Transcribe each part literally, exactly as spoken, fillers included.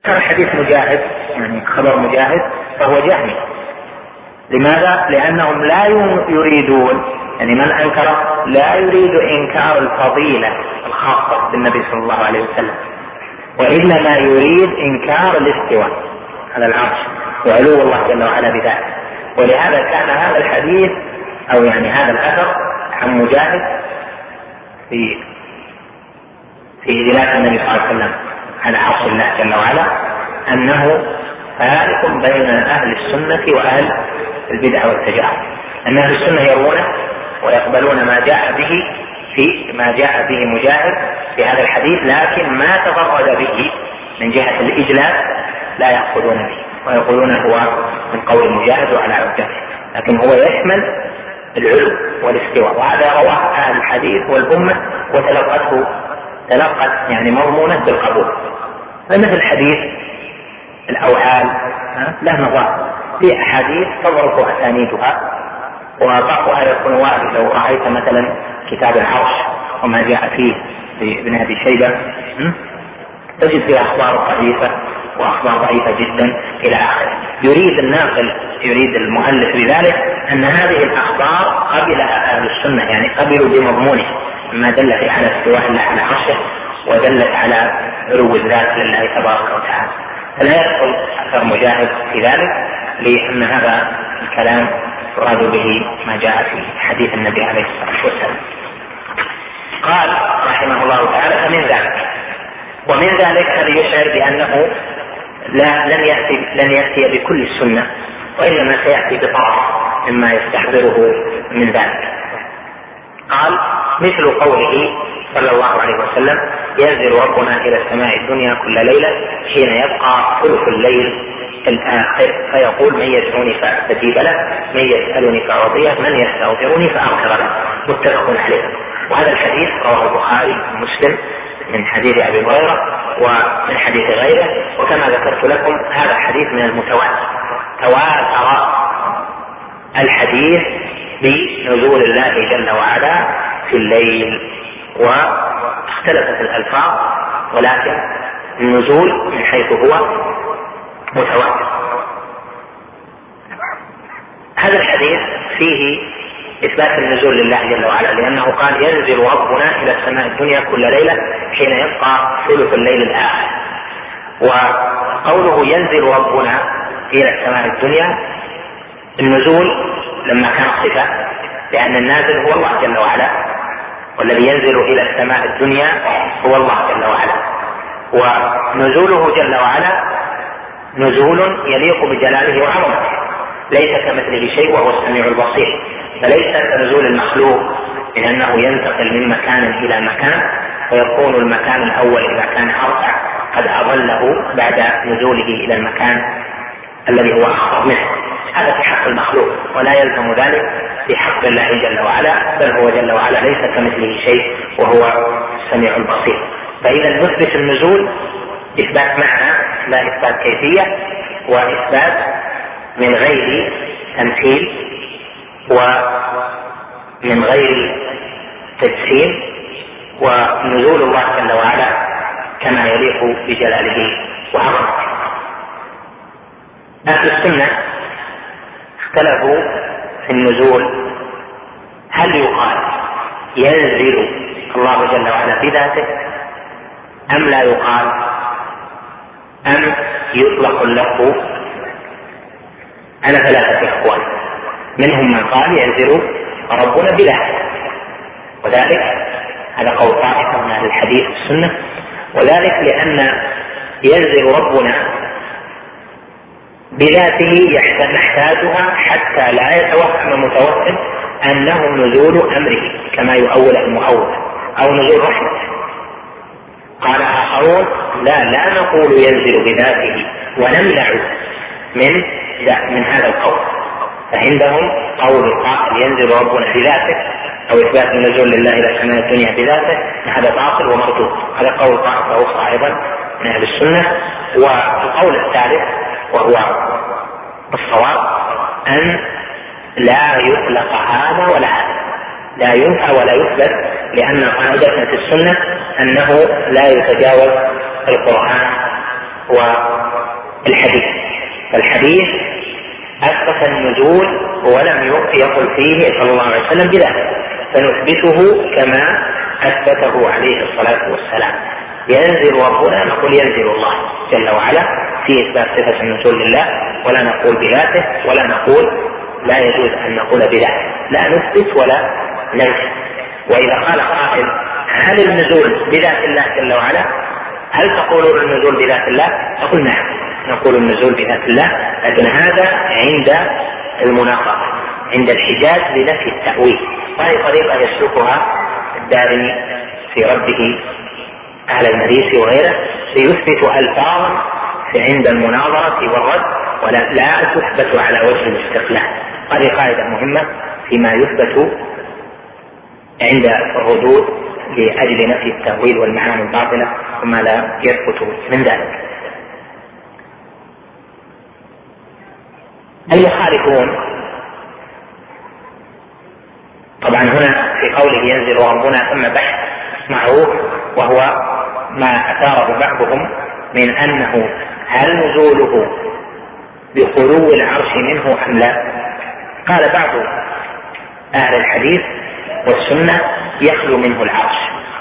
كان حديث مجاهد يعني خبر مجاهد فهو جهمي. لماذا؟ لأنهم لا يريدون، يعني من أنكر لا يريد إنكار الفضيلة الخاصة بالنبي صلى الله عليه وسلم، وإنما يريد إنكار الاستواء على العرش وعلو الله جل وعلا بذلك. ولهذا كان هذا الحديث أو يعني هذا الأثر عن مجاهد في في دلالة النبي صلى الله عليه وسلم على عرش الله جل وعلا أنه فارق بين أهل السنة وأهل البدع والتجاهل. أن أهل السنة يرونه ويقبلون ما جاء به في ما جاء به مجاهد في هذا الحديث، لكن ما تفرد به من جهة الإجلال لا يأخذون به ويقولون هو من قول مجاهد وعلى عدته، لكن هو يشمل العلو والاستواء، وهذا رواه أهل الحديث والأمة وتلقته تلقت يعني مضمونة بالقبول. فمثل حديث الأوعال له نظام في أحاديث تضرب أسانيدها وبعضها يكون واحد. لو رأيت مثلا كتاب العرش وما جاء فيه بابن أبي شيبة تجد فيه أخبار ضعيفة وأخبار ضعيفة جدا إلى آخره. يريد الناقل يريد المؤلف بذلك أن هذه الأخبار قبلها أهل السنة، يعني قبلوا بمضمونه ما دلت على استواء الله على عرشه ودلت على علو الذات لله تبارك وتعالى. فلا يدخل أثر مجاهد في ذلك، لأن هذا الكلام يراد به ما جاء في حديث النبي عليه الصلاة والسلام. قال رحمه الله تعالى: فمن ذلك ومن ذلك الذي يشعر بأنه لا لن يأتي لن يأتي بكل السنة، وإنما سيأتي بطرف مما يستحضره من ذلك. قال: مثل قوله صلى الله عليه وسلم: ينزل ربنا إلى السماء الدنيا كل ليلة حين يبقى ثلث الليل الآخر فيقول: من يدعوني فأستجيب له، من يسألني فأعطيه، من يستغفرني فأغفر له. متفق عليه. وهذا الحديث رواه البخاري ومسلم من حديث أبي هريرة ومن حديث غيره. وكما ذكرت لكم هذا الحديث من المتواتر، تواتر الحديث بنزول الله جل وعلا في الليل، واختلفت الألفاظ ولكن النزول من حيث هو متواتر. هذا الحديث فيه إثبات النزول لله جل وعلا، لأنه قال: ينزل ربنا إلى السماء الدنيا كل ليلة حين يبقى ثلث الليل الآخر. وقوله ينزل ربنا إلى السماء الدنيا، النزول لما كان صفة، لأن النازل هو الله جل وعلا، والذي ينزل إلى السماء الدنيا هو الله جل وعلا. ونزوله جل وعلا نزول يليق بجلاله وعظمته، ليس كمثله شيء وهو السميع البصير، فليس كنزول المخلوق من أنه ينتقل من مكان إلى مكان، ويكون المكان الأول إذا كان أرفع قد أظله بعد نزوله إلى المكان الذي هو أخطر منه. هذا في حق المخلوق، ولا يلزم ذلك في حق الله جل وعلا، بل هو جل وعلا ليس كمثله شيء وهو السميع البصير. فإذا نثبت النزول إثبات معنى لا إثبات كيفية، وإثبات من غير تمثيل ومن غير تجسيم، ونزول الله جل وعلا كما يليق بجلاله وعظمته. أهل السنة اختلفوا في النزول، هل يقال ينزل الله جل وعلا بذاته أم لا يقال، أم يطلق اللفظ على ثلاثة أقوال. منهم من قال ينزل ربنا بذاته، وذلك هذا قول طائفة من أهل الحديث والسنة، وذلك لأن ينزل ربنا بذاته نحتاجها حتى لا يتوهم متوهم أنه نزول أمره كما يؤول المؤول أو نزول رحمته. قال آخرون: لا لا نقول ينزل بذاته ونمنع من من هذا القول. فعندهم قول قائل ينزل ربنا بذاته أو إثبات النزول لله إلى سماء الدنيا بذاته، هذا باطل ومردود. هذا قول طائفة أخرى أيضا من أهل السنة. والقول الثالث وهو الصواب أن لا يطلق هذا ولا هذا، لا ينفع ولا يثبت، لأن قاعدتنا في السنة أنه لا يتجاوز القرآن والحديث. فالحديث أثبت النزول ولم يقل فيه صلى الله عليه وسلم بذلك، فنثبته كما أثبته عليه الصلاة والسلام. ينزل ربنا نقول ينزل الله جل وعلا في إثبات صفة النزول لله، ولا نقول بذاته، ولا نقول لا يجوز أن نقول بذاته، لا نثبت ولا ننفي. وإذا قال قائل هل النزول بذات الله جل وعلا؟ هل تقولون النزول بذات الله؟ نقول نعم، نقول النزول بذات الله، لكن هذا عند المناقضة، عند الحجاج لنفي التأويل. وهذه طريقة يسلكها الدارمي في رده أهل المريسي وغيره ليثبت ألفاظا عند المناظرة والرد ولا لا تثبت على وجه الاستقلال. هذه قاعدة مهمة فيما يثبت عند الردود لأجل نفي التأويل والمعاني الباطلة وما لا يثبت من ذلك. المخالفون طبعا هنا في قوله ينزل ربنا ثم بحث معروف، وهو ما أثاره بعضهم من أنه هل نزوله بخلو العرش منه أم لا؟ قال بعض أهل الحديث والسنة يخلو منه العرش،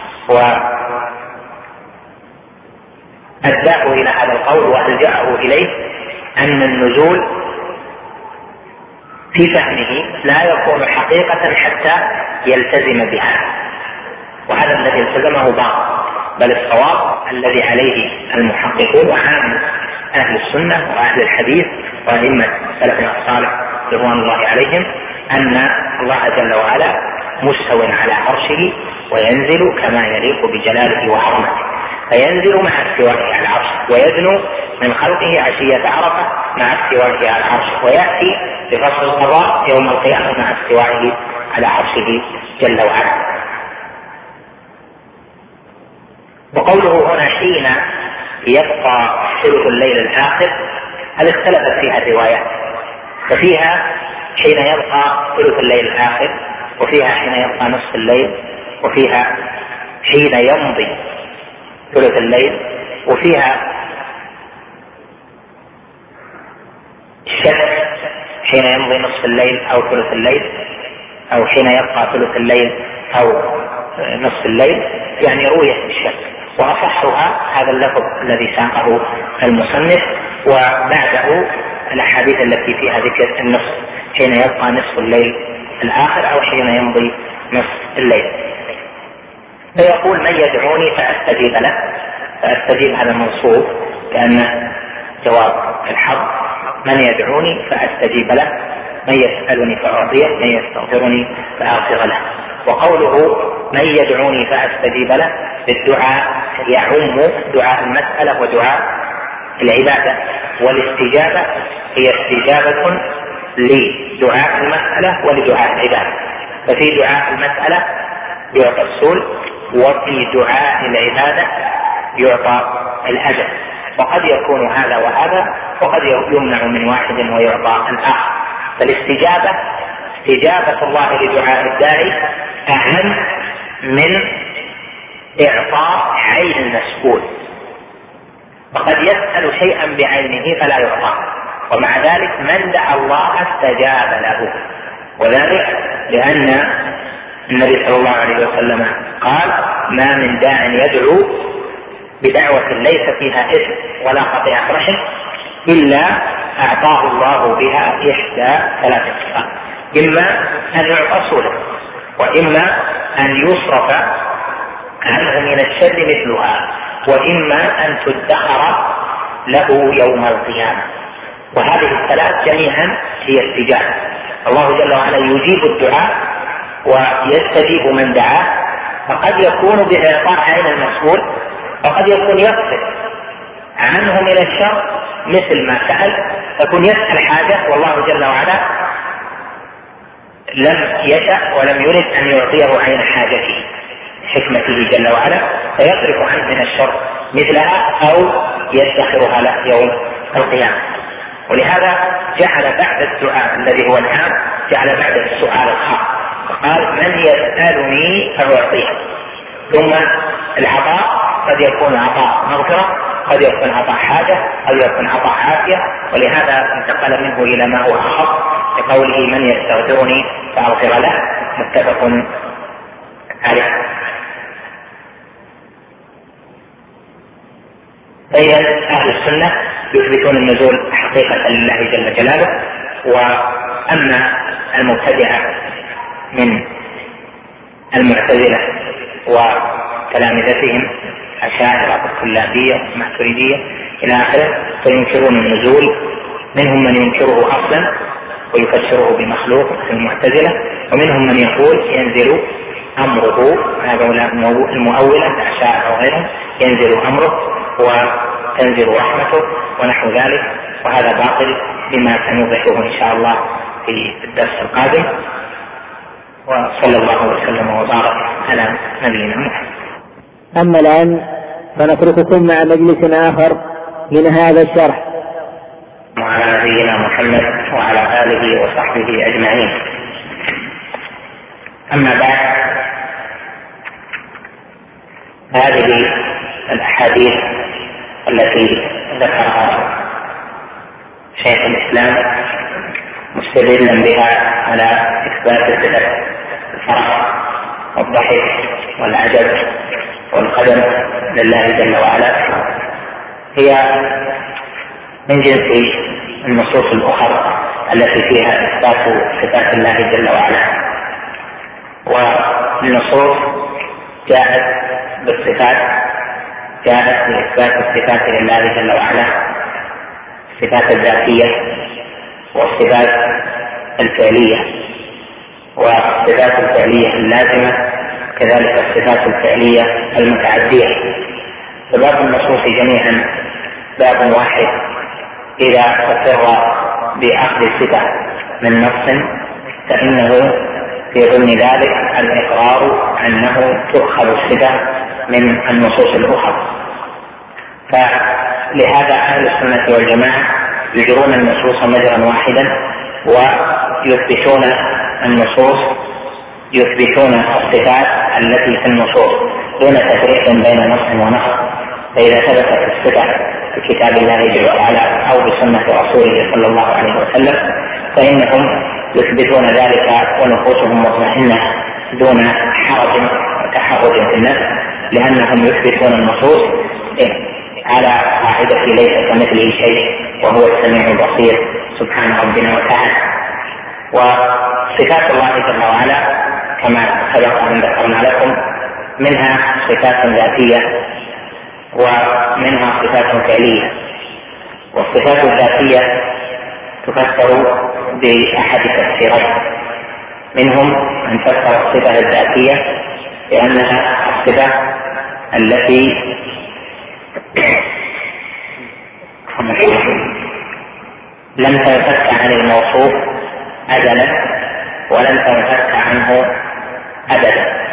وأداه إلى هذا القول وألجأه إليه أن النزول في فهمه لا يكون حقيقة حتى يلتزم بها، وهذا الذي التزمه بعض، بل الصواب الذي عليه المحققون وعامة أهل السنة وأهل الحديث وأئمة سلفنا الصالح رضوان الله عليهم أن الله جل وعلا مستو على عرشه وينزل كما يليق بجلاله وعظمته، فينزل مع استوائه على العرش، ويدنو من خلقه عشية عرفة مع استوائه على العرش، ويأتي بفصل القضاء يوم القيامة مع استوائه على عرشه جل وعلا. وقوله هنا حين يبقى ثلث الليل الآخر هل اختلفت فيها الروايات، ففيها حين يبقى ثلث الليل الآخر، وفيها حين يبقى نصف الليل، وفيها حين يمضي ثلث الليل، وفيها الشك حين يمضي نصف الليل أو ثلث الليل، أو حين يبقى ثلث الليل أو نصف الليل، يعني رؤية الشك. وأصحها هذا اللفظ الذي ساقه المصنف، وبعده الأحاديث التي فيها ذكر النصف حين يبقى نصف الليل الآخر أو حين يمضي نصف الليل. فيقول من يدعوني فأستجيب له، فأستجيب هذا منصوب لأنه جواب الحظ، من يدعوني فأستجيب له، من يسألني فأعطيه، من يستغفرني فأغفر له. وقوله من يدعوني فأستجيب له بالدعاء يعم دعاء المسألة ودعاء العبادة، والاستجابة هي استجابة لدعاء المسألة ولدعاء العبادة. ففي دعاء المسألة يعطى السؤل، وفي دعاء العبادة يعطى الأجر، وقد يكون هذا وهذا، وقد يمنع من واحد ويعطى الآخر. فالاستجابة استجابة الله لدعاء الداعي أهم من إعطاء عين المسؤول، وقد يسأل شيئا بعينه فلا يعطى، ومع ذلك من دعا الله استجاب له، وذلك لأن النبي صلى الله عليه وسلم قال ما من داع يدعو بدعوة ليس فيها إثم ولا قطيعة رحم إلا أعطاه الله بها إحدى ثلاثة صفات، إما أن يعطى سؤله، وإما أن يصرف عنه من الشر مثلها، وإما أن تدخر له يوم القيامة. وهذه الثلاث جميعا هي استجابة. الله جل وعلا يجيب الدعاء ويستجيب من دعاه، فقد يكون بإعطاء عين المسؤول، وقد يكون يصرف عنه من الشر مثل ما سأل، يكون يسأل حاجة والله جل وعلا لم يشأ ولم يرد أن يعطيه عين حاجته حكمته جل وعلا، فيصرف عنه من الشر مثلها أو يدخرها له يوم القيامة. ولهذا جعل بعد الدعاء الذي هو العام جعل بعد السؤال الخاص، فقال من يسألني فأعطيه. ثم العطاء قد يكون عطاء مغفرة، قد يكون عطاء حاجة أو يكون عطاء عافية، ولهذا انتقل منه إلى ما هو أخف بقوله من يستغفرني فأغفر له، متفق عليه. فإذا أهل السنة يثبتون النزول حقيقة لله جل جلاله. وأما المبتدعة من المعتزلة وتلامذتهم أشاعرة والكلابية والماتريدية إلى آخره فينكرون النزول، منهم من ينكره أصلا ويفسره بمخلوق في المعتزلة، ومنهم من يقول ينزل أمره، هذا المؤولة الأشاعرة وغيرهم، ينزل أمره وتنزل رحمته ونحو ذلك، وهذا باطل بما سنوضحه إن شاء الله في الدرس القادم. وصلى الله وسلم وبارك على نبينا محمد. أما الآن فنترككم مع مجلس آخر من هذا الشرح. وعلى نبينا محمد وعلى آله وصحبه أجمعين. أما بعد، هذه الأحاديث التي ذكرها شيخ الإسلام مستدلا بها على إثبات صفة الفرح والضحك والعجب والقدم لله جل وعلا هي من جنس النصوص الأخرى التي فيها إثبات صفات الله جل وعلا. والنصوص جاءت بالصفات، جاءت بإثبات الصفات لله جل وعلا، الصفات الذاتية والصفات الفعلية، والصفات الفعلية اللازمة كذلك الصفات الفعلية المتعدية. فباب النصوص جميعا باب واحد إذا تفر بأخذ صفة من نص فإنه في ضمن ذلك الإقرار أنه تؤخذ الصفة من النصوص الأخرى. فلهذا أهل السنة والجماعة يجرون النصوص مجرا واحدا ويثبتون النصوص يثبتون الصفات التي في النصوص دون تفريق بين نص ونص. فإذا ثبتت الصفة في كتاب الله جل وعلا أو بسنة رسوله صلى الله عليه وسلم فإنهم يثبتون ذلك ونفوسهم مطمئنة دون حرج وتحرج في النفس، لأنهم يثبتون النصوص على قاعدة ليس كمثله شيء وهو السميع البصير سبحان ربنا وتعالى. وصفات الله جل وعلا كما سبق أن ذكرنا لكم منها صفات ذاتية ومنها صفات فعلية. والصفات الذاتية تفسر بأحد تفسيرين، منهم من فسر الصفة الذاتية لأنها الصفة التي لم تنفك عن الموصوف أزلا ولم تنفك عنه أبدا.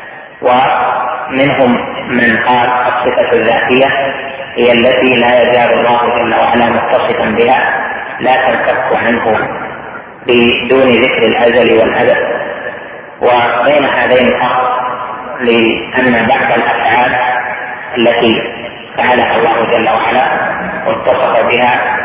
ومنهم من قال الصفة الذاتية هي التي لا يزال الله جل وعلا متصفا بها لا تنفك عنه بدون ذكر الأزل والأبد. وبين هذين فرق، لأن بعض الأفعال التي فعلها الله جل وعلا واتصف بها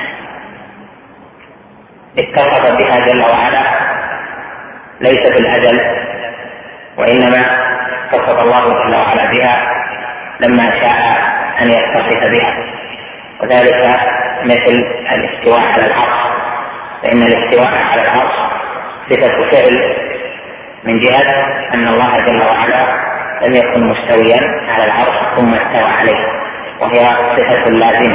اتصف بها جل وعلا ليس في الأزل، وإنما اتصف الله جل وعلا بها لما شاء أن يتصف بها، وذلك مثل الاستواء على العرش، فإن الاستواء على العرش صفة فعل من جهة أن الله جل وعلا لم يكن مستويا على العرش ثم استوى عليه، وهي صفة لازمة.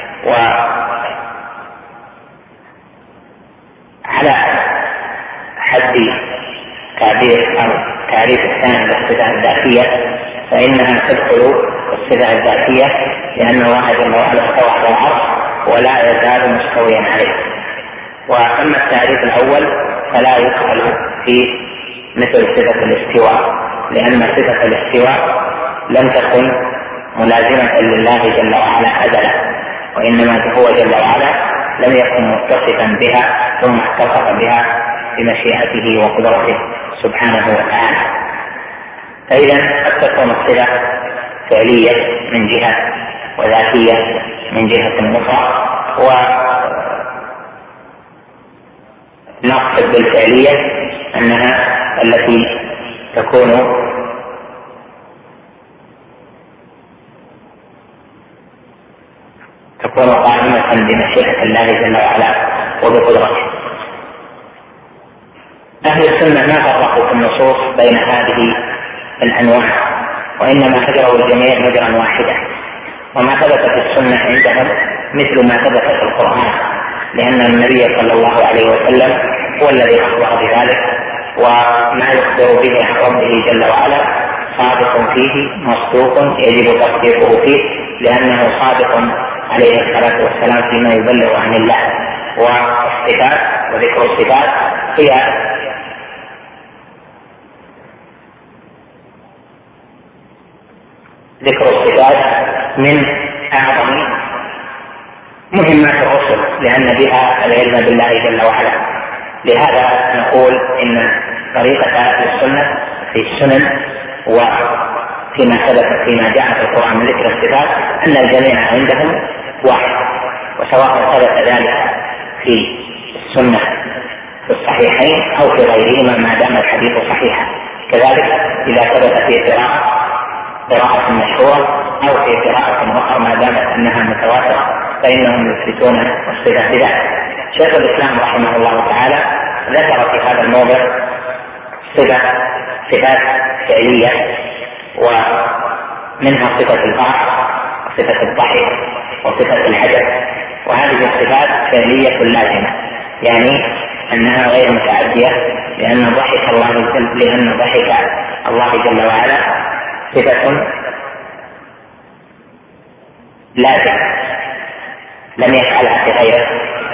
وعلى حد تعبير أو تعريف الثاني للصفة الذاتية فإنها تدخل الصفة الذاتية لأن الله جل وعلا استوى على العرش ولا يزال مستويا عليه. وأما التعريف الأول فلا يدخل في مثل صفة الاستواء، لأن صفة الاستواء لم تكن ملازمة لله جل وعلا أزلا، وإنما هو جل وعلا لم يكن متصفا بها ثم اتصف بها بمشيئته وقدرته سبحانه وتعالى. فإذا قد تكون الصفة فعلية من جهة وذاتية من جهة أخرى، ونقصد بالفعلية أنها التي تكون تكون قائمة بمشيئة الله جل وعلا وبقدرته. أهل السنة ما فرقوا في النصوص بين هذه الأنواع، وإنما هجروا الجميع هجرا واحدا، وما ثبت في السنة عندهم مثل ما ثبت في القرآن، لأن النبي صلى الله عليه وسلم هو الذي أخبر بذلك، وما يخبر به عن ربه جل وعلا صادق فيه مصدوق يجب تصديقه فيه، لأنه صادق عليه الصلاة والسلام فيما يبلغ عن الله. والصفات وذكر الصفات هي ذكر الصفات من أعظم مهمات الرسل، لأن بها العلم بالله جل وعلا. لهذا نقول إن طريقة أهل السنة في السنن وفيما ثبت فيما جاء في القرآن من ذكر الصفات أن الجميع عندهم واحد، وسواء ثبت ذلك في السنة في الصحيحين أو في غيرهما ما دام الحديث صحيحا. كذلك إذا ثبت في قراءة قراءة مشهورة أو في قراءة أخرى ما دامت أنها متواترة فإنهم يثبتون الصفة بذلك. شيخ الإسلام رحمه الله تعالى ذكر في هذا الموضع صفة صفات فعلية، ومنها صفة الفرح وصفة الضحك وصفة العجب، وهذه الصفات فعلية لازمة، يعني أنها غير متعدية، لأن ضحك الله لأن ضحك الله جل وعلا صفة لازمة لم يفعلها في غيره.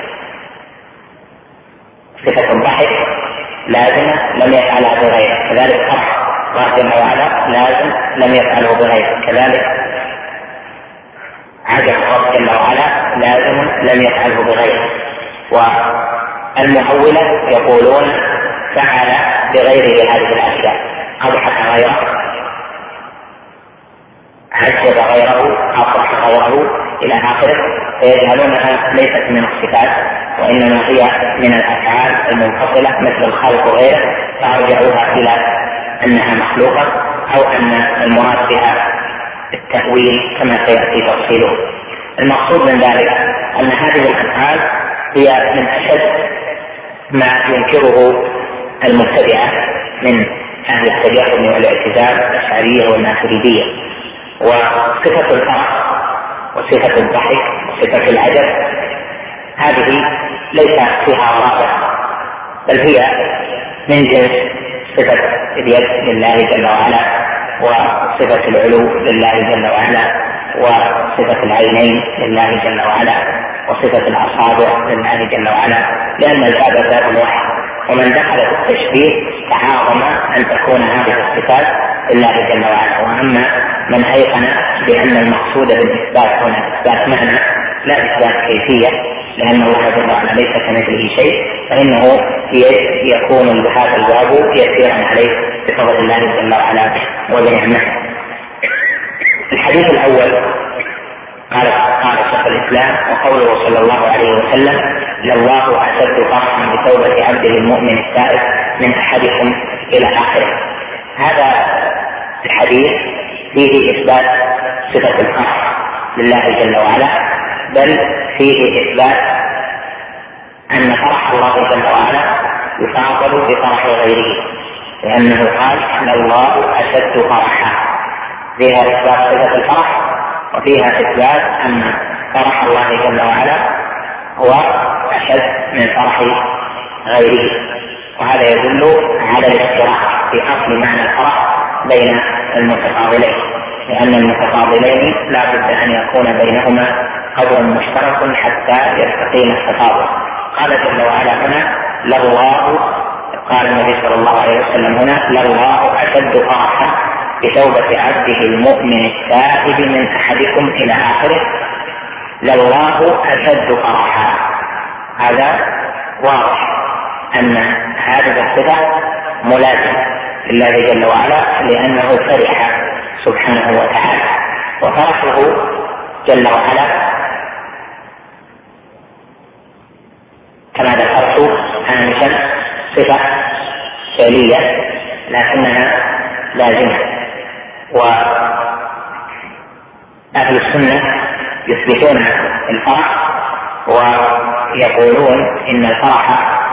صفة الضحك لازمة لم يفعلها في غيره، كذلك فرح الله جل وعلا لازم لم يفعله بغيره، كذلك عجب الله جل وعلا لازم لم يفعله بغيره. والمؤولة يقولون فعل بغيره هذه الأشياء، أضحك غيره، عجب غيره، أفرح غيره إلى آخره، فيجعلونها ليست من الصفات وإنما هي من الأفعال المنفصلة مثل الخلق وغيره، فأرجعوها إلى أنها مخلوقة أو أن المراد بها التأويل كما سيأتي تفصيله. المقصود من ذلك أن هذه الأفعال هي من أشد ما ينكره المبتدعة من أهل التجاهل والاعتزال الأشعرية والماتريدية. وصفة الفرح وصفة الضحك وصفة العجب هذه ليس فيها رابع، بل هي من جنس صفة اليد لله جل وعلا، وصفة العلو لله جل وعلا، وصفة العينين لله جل وعلا، وصفة الأصابع لله جل وعلا، لأن الباب باب واحد، ومن دخل في التشبيه تعاظم أن تكون هذه الصفات لله جل وعلا. وأما من أيقن بأن المقصود بالإثبات هنا إثبات معنى لا إثبات كيفية، لأن الله جل وعلا ليس كمثله شيء، فإنه يكون هذا الباب يسيرا عليه بفضل الله جل وعلا وبنعمته. الحديث الأول قال قال شيخ الإسلام: وقوله صلى الله عليه وسلم: لله أشد فرحا بتوبة عبده المؤمن التائب من أحدكم إلى آخره. هذا الحديث فيه إثبات صفة الفرح لله جل وعلا، بل فيه إثبات أن فرح الله جل وعلا يفاضل بفرح غيره، لأنه قال: لله أشد فرحا، فيها إثبات صفة الفرح وفيها إثبات أن فرح الله جل وعلا هو أشد من فرح غيره. وهذا يدل على الاشتراك في أصل معنى الفرح بين المتفاضلين، لأن المتفاضلين لا بد أن يكون بينهما قدر مشترك حتى يستقيم التفاضل. قال جل وعلا هنا: لله، قال النبي صلى الله عليه وسلم هنا: لله أشد فرحا بتوبة عبده المؤمن التائب من أحدكم إلى آخره. لله أشد فرحا، هذا واضح أن هذه الصفة ملازمة لله جل وعلا، لأنه فرح سبحانه وتعالى، وفرحه جل وعلا كما ذكرت آنفا صفة فعلية لكنها لازمة. وأهل السنة يثبتون الفرح ويقولون إن الفرح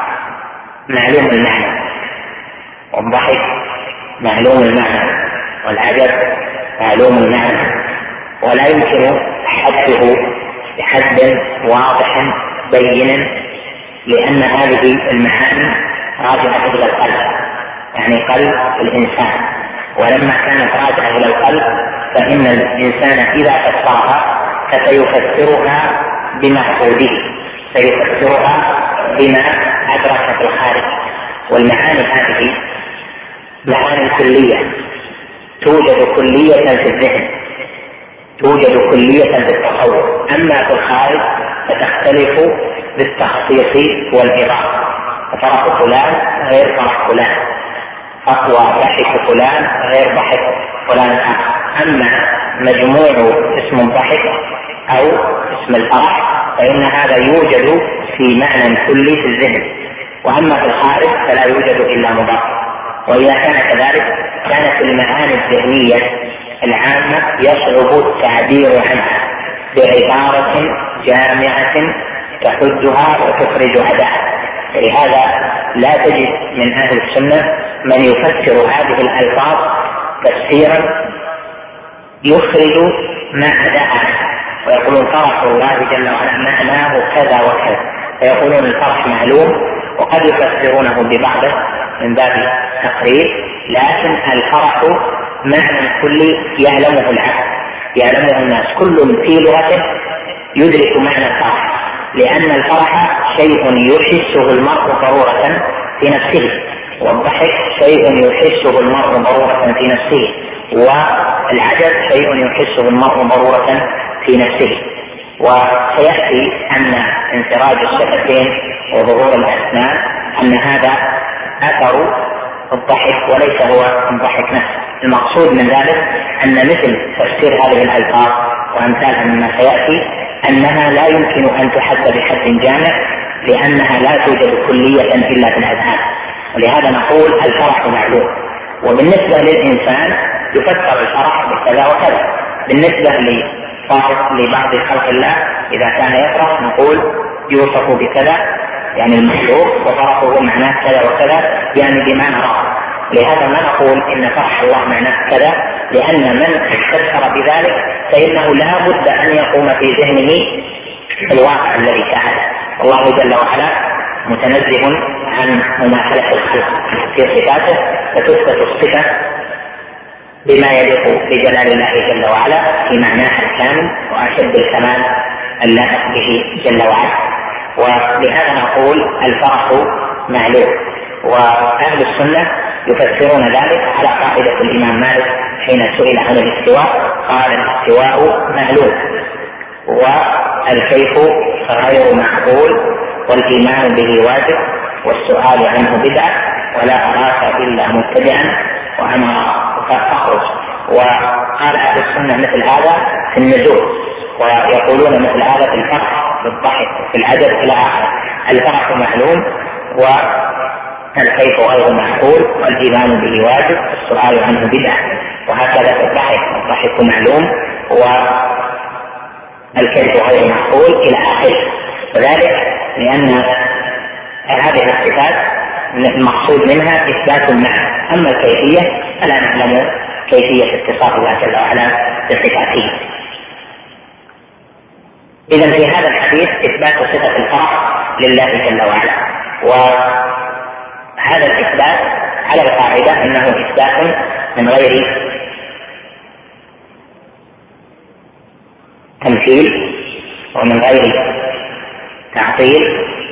معلوم المعنى، والضحك معلوم المعنى، والعجب معلوم المعنى، ولا يمكن حده بحد واضح بين، لأن هذه المعاني راجعة إلى القلب، يعني قلب الإنسان، ولما كانت راجعة إلى القلب فإن الإنسان إذا فسرها فسيفسرها بمعقوده، سيفسرها بما أدرك في الخارج. والمعاني هذه معاني كلية، توجد كلية في الذهن، توجد كلية في التصور، أما في الخارج فتختلف بالتخصيص والإضافة، فرح فلان غير فرح فلان، أقوى ضحك فلان غير ضحك فلان آخر. أما مجموع اسم الضحك أو اسم الفرح فإن هذا يوجد في معنى كلي في الذهن، وأما في الخارج فلا يوجد إلا مضاف. وإذا كان كذلك كانت المعاني الذهنية العامة يصعب التعبير عنها بعبارة جامعة تحدها وتخرج عداها. لهذا لا تجد من أهل السنة من يفسر هذه الألفاظ تفسيرا يخرج ما عداها، ويقولون فرح الله جل وعلا معناه كذا وكذا، فيقولون الفرح معلوم، وقد يفسرونه ببعضه من باب التقريب، لكن الفرح معنى كلي يعلمه العبد، يعلمه الناس، كل في لغته يدرك معنى الفرح، لأن الفرح شيء يحسه المرء ضرورة في نفسه، والضحك شيء يحسه المرء ضرورة في نفسه، والعجب شيء يحسه المرء ضرورة في نفسه. وسيأتي أن انفراج الشفتين وظهور الأسنان أن هذا أثر الضحك وليس هو الضحك نفسه. المقصود من ذلك أن مثل تفسير هذه الألفاظ وأمثالها مما سيأتي أنها لا يمكن أن تحد بحد جامع، لأنها لا توجد كلية إلا في الأذهان، ولهذا نقول الفرح معلوم. وبالنسبة للإنسان يفسر الفرح بكذا وكذا، بالنسبة لبعض خلق الله إذا كان يفرح نقول يوصف بكذا، يعني المخلوق وفرحه معناه كذا وكذا، يعني بمعنى رأى. لهذا ما نقول إن فرح الله معناه كذا، لأن من فسر بذلك فإنه لا بد أن يقوم في ذهنه الواقع الذي شاهده. الله جل وعلا متنزه عن مماثلة الخلق في صفاته، فتثبت الصفة بما يليق بجلال الله جل وعلا في معناها الكامل وأشد الكمال اللائق به جل وعلا. ولهذا نقول الفرح معلوم. وأهل السنة يفسرون ذلك على قاعدة الإمام مالك حين سئل عن الاستواء قال الاستواء معلوم، والكيف غير معقول، والإيمان به واجب، والسؤال عنه بدعة، ولا أراك إلا مبتدعا وأنا فأخرج. وقال أهل السنة مثل هذا في النزول، ويقولون مثل هذا في الفرح بالضحك في العجب إلى آخره. الفرح معلوم والكيف غير معقول، والإيمان به واجب، والسؤال عنه بدعة، وهكذا في الضحك، الضحك معلوم والكيف غير معقول إلى آخره. وذلك لأن هذه الصفات المقصود منها إثبات المعنى، أما الكيفية فلا نعلم كيفية اتصاف الله جل وعلا بصفاته. إذن في هذا الحديث إثبات صفة الفرح لله جل وعلا، وهذا الإثبات على القاعدة أنه إثبات من غير تمثيل ومن غير تعطيل.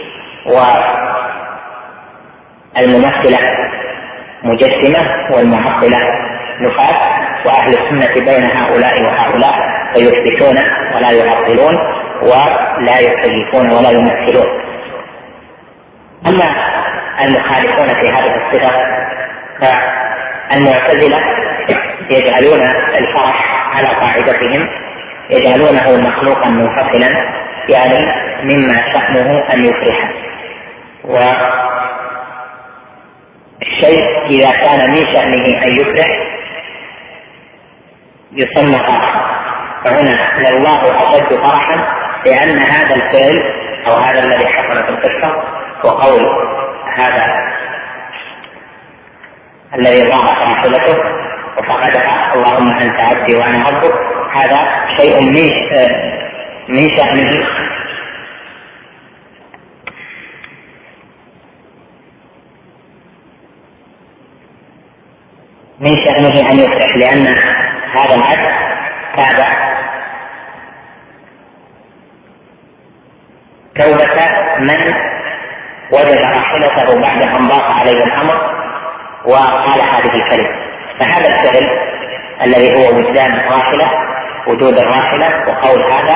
والممثلة مجسمة والمعطلة نفاة، وأهل السنة بين هؤلاء وهؤلاء فيثبتون ولا يعطلون ولا يكيفون ولا يمثلون. أما المخالفون في هذه الصفة فالمعتزلة يجعلون الفرح على قاعدتهم يجعلونه مخلوقا منفصلا، يعني مما شأنه أن يفرح. والشيء إذا كان من شأنه أن يفرح يسمى فرحا. فهنا الله أشد فرحا لأن هذا الفعل أو هذا الذي حصل في القصة وقول هذا الذي ضاعت راحلته وفقدها اللهم أنت عبدي وأنا ربك، هذا شيء من من شأنه من شأنه أن يفرح، لأن هذا العبد تابع توبة من وجد راحلته بعد أن ضاق عليه الأمر وقال هذه الكلمة. فهذا الفعل الذي هو وجدان الراحلة، وجود الراحلة وقول هذا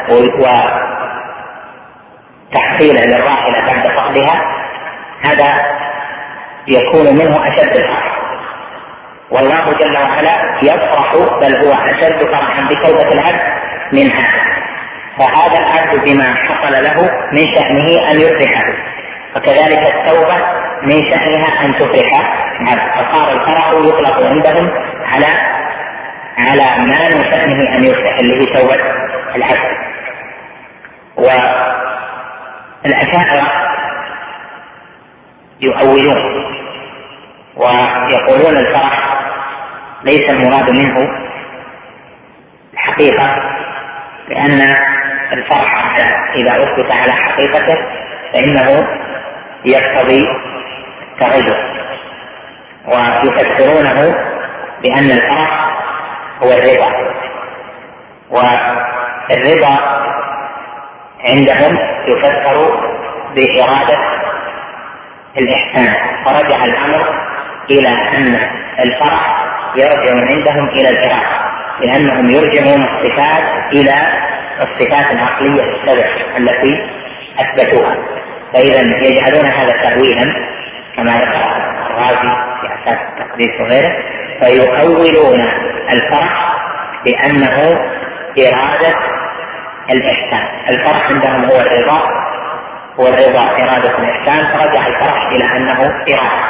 وتحصيل للراحلة بعد فقدها، هذا يكون منه أشد الفرح. والله جل وعلا يفرح بل هو أشد فرحا بتوبة العبد من هذا. فهذا العبد بما حصل له من شأنه أن يفرحه، وكذلك التوبة من شأنها أن تفرح العبد. فصار الفرح يطلق عندهم على على ما من شأنه أن يفرح اللي هي توبة العبد. والأشاعرة يؤولون ويقولون الفرح ليس المراد منه الحقيقة، لأن الفرح إذا أثبت على حقيقته فإنه يقتضي التغير، ويفسرونه بأن الفرح هو الرضا. والرضا عندهم يفسر بإرادة الإحسان، فرجع الأمر إلى أن الفرح يرجع عندهم إلى الإرادة، لأنهم يرجعون الصفات إلى الصفات العقلية السبع التي أثبتوها. فإذا يجعلون هذا تأويلا كما ذكر الرازي في أساس التقديس وغيره، فيؤولون الفرح بأنه إرادة الإحسان. الفرح عندهم هو الرضا، والرضا إرادة الإحسان، فرجع الفرح إلى أنه إرادة.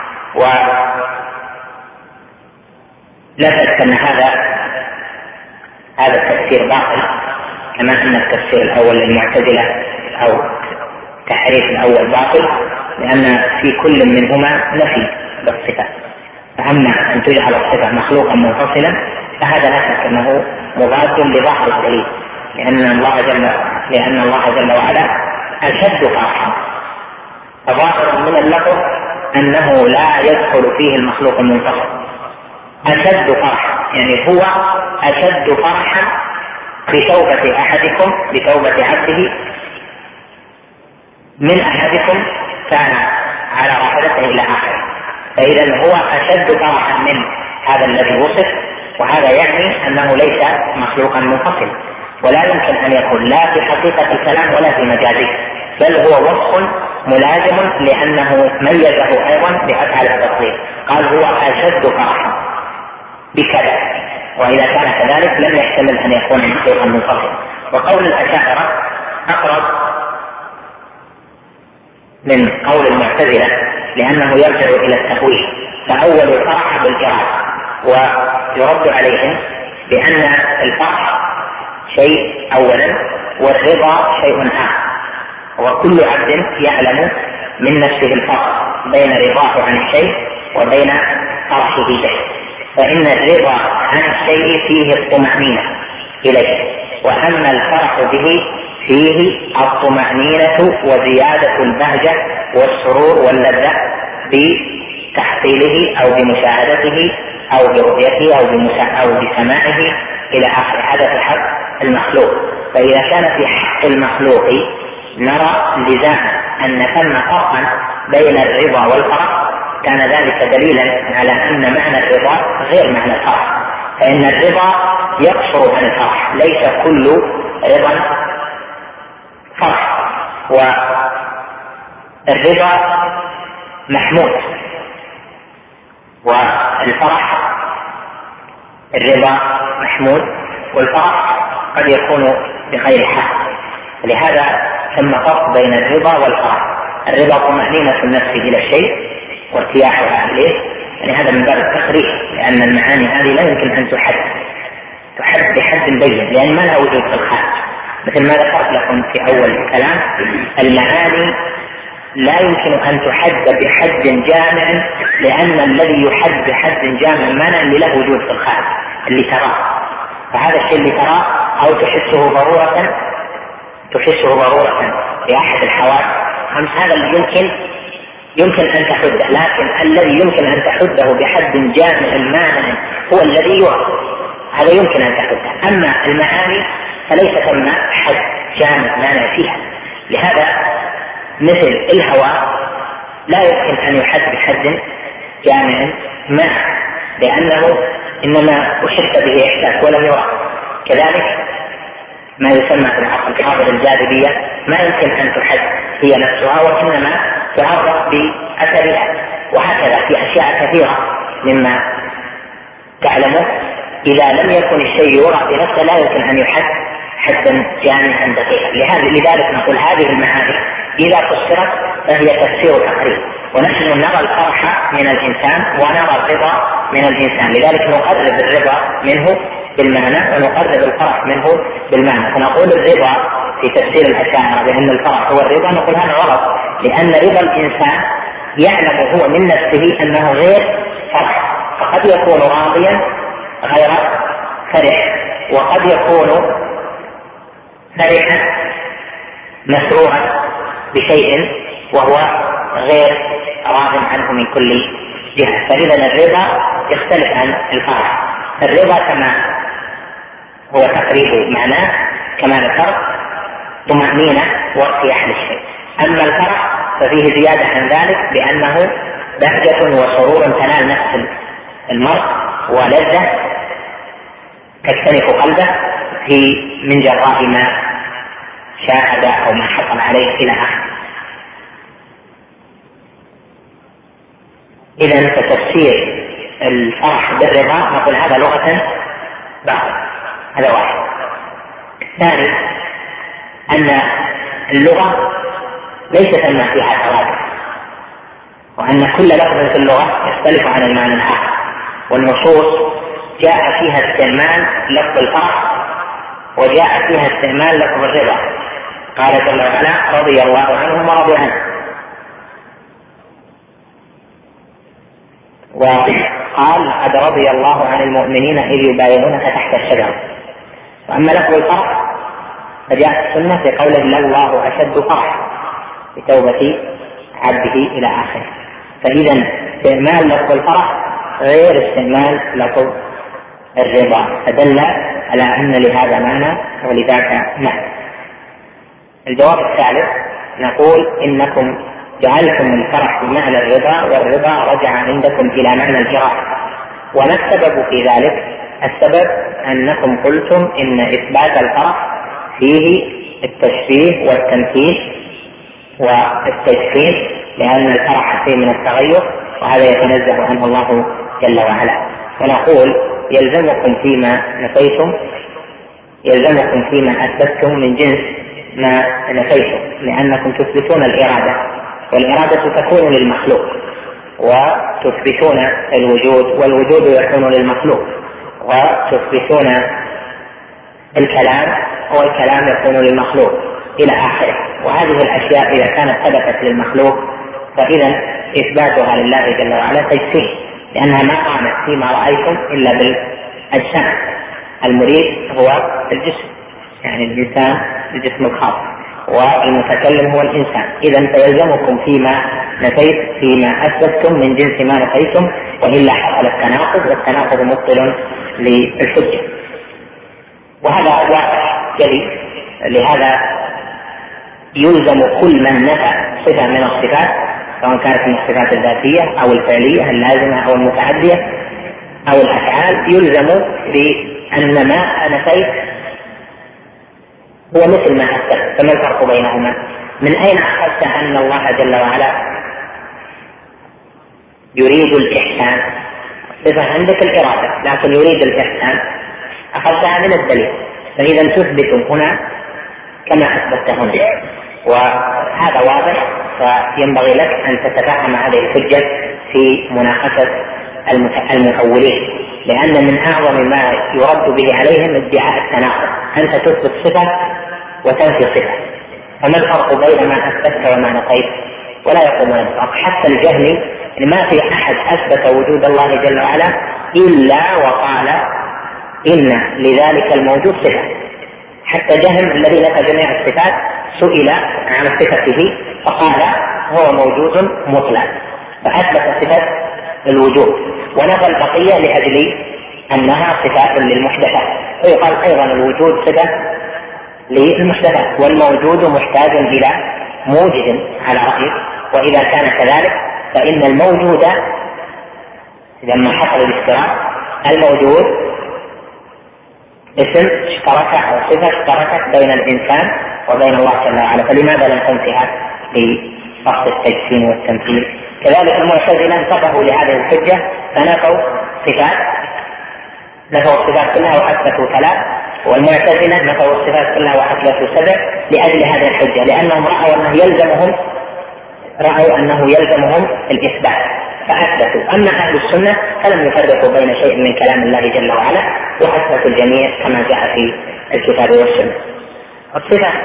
ولا شك أن هذا هذا التفسير باطل، كما أن التفسير الأول للمعتزلة أو التحريف الأول باطل، لأن في كل منهما نفي للصفة. فأما أن تجعل الصفة مخلوقا منفصلا فهذا لا شك أنه مضاد لظاهر الدليل، لأن الله جل لأن الله جل وعلا أشد فرحا. فظاهر من اللفظ أنه لا يدخل فيه المخلوق المنفصل. أشد فرحا يعني هو أشد فرحا بتوبة أحدكم بتوبة عبده من أحدكم كان على راحلته إلى آخره. فإذا هو أشد فرحا من هذا الذي وصف، وهذا يعني أنه ليس مخلوقا منفصلا، ولا يمكن أن يكون لا في حقيقة الكلام ولا في مجازه، بل هو وصف ملازم لأنه ميزه أيضا بأفعال التفضيل. قال هو أشد فرحا بكذا، وإذا كان كذلك لم يحتمل أن يكون مخلوقا منفصلا. وقول الأشاعرة أقرب من قول المعتزلة لأنه يرجع إلى التأويل، فأول الفرح بالإرادة، ويرد عليهم بأن الفرح شيء أولا والرضا شيء آخر، وكل عبد يعلم من نفسه الفرق بين رضاه عن الشيء وبين فرحه به. فإن الرضا عن الشيء فيه الطمأنينة إليه، وأما الفرح به فيه الطمأنينة وزيادة البهجة والسرور واللذة بتحصيله أو بمشاهدته أو برؤيته أو, أو بسماعه إلى آخر. هذا في حق المخلوق. فإذا كان في حق المخلوق نرى لزاما أن ثم فرقا بين الرضا والفرح، كان ذلك دليلا على أن معنى الرضا غير معنى الفرح، فإن الرضا يقصر عن الفرح، ليس كل رضا فرح. والرضا محمود، والفرح الرضا محمود والفرح قد يكون بغير حق. لهذا ثم فرق بين الرضا والفرح. الرضا طمأنينة النفس إلى الشيء وارتياحها إليه، يعني هذا من باب التخريج، لأن المعاني هذه لا يمكن أن تحد تحد بحد بين، لأن ما لها وجود في الخارج. مثل ما ذكرت لكم في أول الكلام، المعاني لا يمكن أن تحد بحد جامع، لأن الذي يحد بحد جامع معنى أن له وجود في الخارج اللي تراه. فهذا الشيء اللي تراه أو تحسه ضرورة تحسه ضرورة لأحد الحواس خمس، هذا اللي يمكن يمكن أن تحده. لكن الذي يمكن أن تحده بحد جامع مانع هو الذي يرى، هذا يمكن أن تحده. أما المعاني فليس ثم حد جامع مانع فيها. لهذا مثل الهواء لا يمكن أن يحد بحد جامع مانع، لأنه إنما أحس به إحساس ولم يرى. كذلك ما يسمى في العقل حاضر الجاذبية ما يمكن أن تحد هي نفسها، وإنما تعرف بأثرها. وهكذا في أشياء كثيرة مما تعلمه إذا لم يكن الشيء يرى بنفسه لا يمكن أن يحد حدا جامعا دقيقا. لهذا لذلك نقول هذه المعاني إذا فسرت فهي تفسير تقريب، ونحن نرى الفرح من الإنسان ونرى الرضا من الإنسان، لذلك نقرب الرضا منه بالمعنى ونقرب الفرح منه بالمعنى. فنقول الرضا في تفسير الأشاعرة بأن الفرح هو الرضا، نقول هذا غلط، لأن رضا الإنسان يعلم هو من نفسه أنه غير فرح، فقد يكون راضيا غير فرح، وقد يكون فرحا مسرورا بشيء وهو غير راض عنه من كل جهة. فإذا الرضا يختلف عن الفرح. الرضا كما هو تقريب معناه كما ذكرت طمأنينة وارتياح للشيء. أما الفرح ففيه زيادة عن ذلك، بأنه بهجة وسرور تنال نفس المرء ولذة تكتنف قلبه في من جراء ما شاهد أو ما حصل عليه إلى آخره. إذن فتفسير الفرح بالرضا نقول هذا لغة باطل، هذا واحد. ثاني أن اللغة ليس ثم فيها تواتر، وأن كل لفظ في اللغة يختلف عن المعنى الآخر، والنصوص جاء فيها استعمال لفظ الفرح وجاء فيها استعمال لفظ الرضا. قال جل وعلا رضي الله عنهم ورضوا عنه، وقال لقد رضي الله عن المؤمنين إذ يبايعونك تحت الشجرة. وأما لفظ الفرح فجاءت السنة في قوله لله أشد فرح بتوبة عبده إلى آخره. فإذا استعمال لفظ الفرح غير استعمال لفظ الرضا، فدل على أن لهذا معنى ولذاك معنى. الجواب الثالث نقول إنكم جعلتم الفرح بمعنى الرضا، والرضا رجع عندكم إلى معنى الإرادة. وما السبب في ذلك؟ السبب أنكم قلتم إن إثبات الفرح فيه التشبيه والتمثيل والتجسيم، لأن الفرح فيه من التغير وهذا يتنزه عنه الله جل وعلا. ونقول يلزمكم فيما نفيتم يلزمكم فيما أثبتم من جنس ما نفيتم، لأنكم تثبتون الإرادة، والإرادة تكون للمخلوق، وتثبتون الوجود، والوجود يكون للمخلوق، وتثبتون الكلام، والكلام يكون للمخلوق إلى آخره. وهذه الأشياء إذا كانت ثبتت للمخلوق فإذا إثباتها لله جل وعلا تجسيم، لأنها ما قامت فيما رأيتم إلا بالأجسام. المريد هو الجسم، يعني الإنسان الجسم الخاص، والمتكلم هو الإنسان. إذن فيلزمكم فيما نفيت فيما أثبتم من جنس ما نفيتم، وإلا حصل التناقض، والتناقض مبطل للحجة، وهذا واقع جلي. لهذا يلزم كل من نفى صفة من الصفات، سواء كانت من الصفات الذاتية أو الفعلية اللازمة أو المتعدية أو الأفعال، يلزم بأن ما نفيت هو مثل ما أثبت. فما الفرق بينهما؟ من أين أخذت أن الله جل وعلا يريد الإحسان؟ صفة عندك الإرادة، لكن يريد الإحسان أخذتها من الدليل. فإذا تثبت هنا كما أثبت هنا، وهذا واضح، فينبغي لك أن تتفهم هذه الحجة في مناقشة المؤولين، لأن من أعظم ما يرد به عليهم ادعاء التناقض، أنت تثبت صفة وتنفي صفة، فما الفرق بين ما أثبت وما نفيت؟ ولا يقومون بالفرق. حتى الجهمي ما في أحد أثبت وجود الله جل وعلا إلا وقال إن لذلك الموجود صفة. حتى جهم الذي نفى جميع الصفات سئل عن صفته فقال هو موجود مطلق، فأثبت صفة الوجود ونفى البقية لأجل أنها صفات للمحدثات، ويقال أيضا الوجود صفة للمحدثات، والموجود محتاج إلى موجد على رأيه. وإذا كان كذلك فإن الموجود لما حصل الاشتراك الموجود اسم اشترك أو صفة اشتركت بين الإنسان وبين الله جل وعلا، فلماذا لم تنفها لفصل التجسيم والتمثيل؟ كذلك المعتزلة انتبهوا لهذه الحجة فنفوا صفات، نفوا الصفات كلها وأثبتوا ثلاث، والمعتزلة نفوا الصفات كلها وأثبتوا سبع لأجل هذه الحجة، لأنهم رأوا أنه يلزمهم رأوا أنه يلزمهم الإثبات فأثبتوا. أما أهل السنة فلم يفرقوا بين شيء من كلام الله جل وعلا وأثبتوا الجميع كما جاء في الكتاب والسنة. الصفة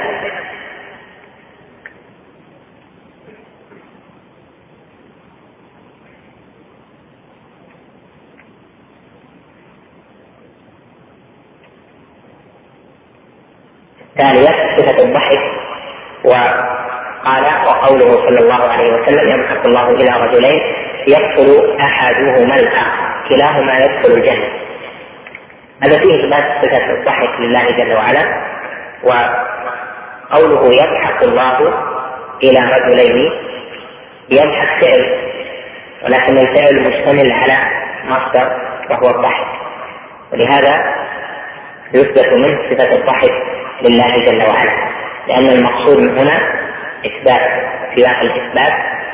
الثانية صفة الضحك، وقال وقوله صلى الله عليه وسلم يمحق الله إلى رجلين يقتل أحدهما الآخر كلاهما يدخل الجنة. هذا فيه إثبات صفة الضحك لله جل وعلا. وقوله يضحك الله إلى رجلين، يضحك فعل، ولكن الفعل مشتمل على مصدر وهو الضحك، ولهذا يثبت منه صفة الضحك لله جل وعلا، لأن المقصود من هنا إثبات سياق الإثبات.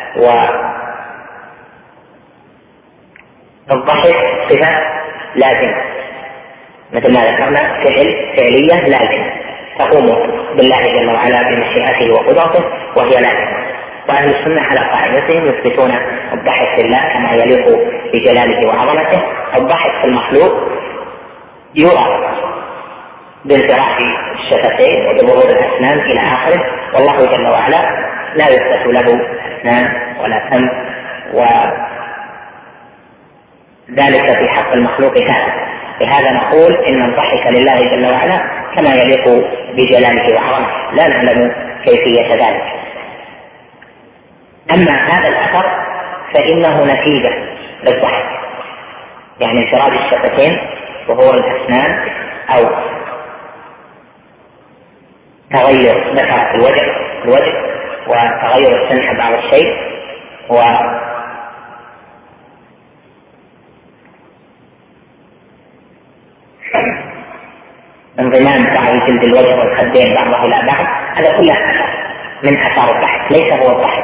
والضحك صفة لازمة مثل ما ذكرنا، فعل فعلية لازمة تقوم بالله جل وعلا بمشيئته وقدرته وهي لازمة. وأهل السنة على قاعدتهم يثبتون الضحك لله كما يليق بجلاله وعظمته. الضحك في المخلوق يرى بانفراح الشفتين وبظهور الأسنان إلى آخره، والله جل وعلا لا يثبت له أسنان ولا فم، وذلك في حق المخلوق هذا. لهذا نقول إن الضحك لله جل وعلا كما يليق بجلاله وعظمته، لا نعلم كيفية ذلك. أما هذا الأثر فإنه نتيجة للضحك، يعني انفراد الشفتين وظهور الأسنان أو تغير نكهة الوجه الوجه وتغير السمع بعض الشيء و انضمام بعض جلد الوجه والخدين بعضه الى بعض، هذا كله من اثار الضحك، ليس هو الضحك.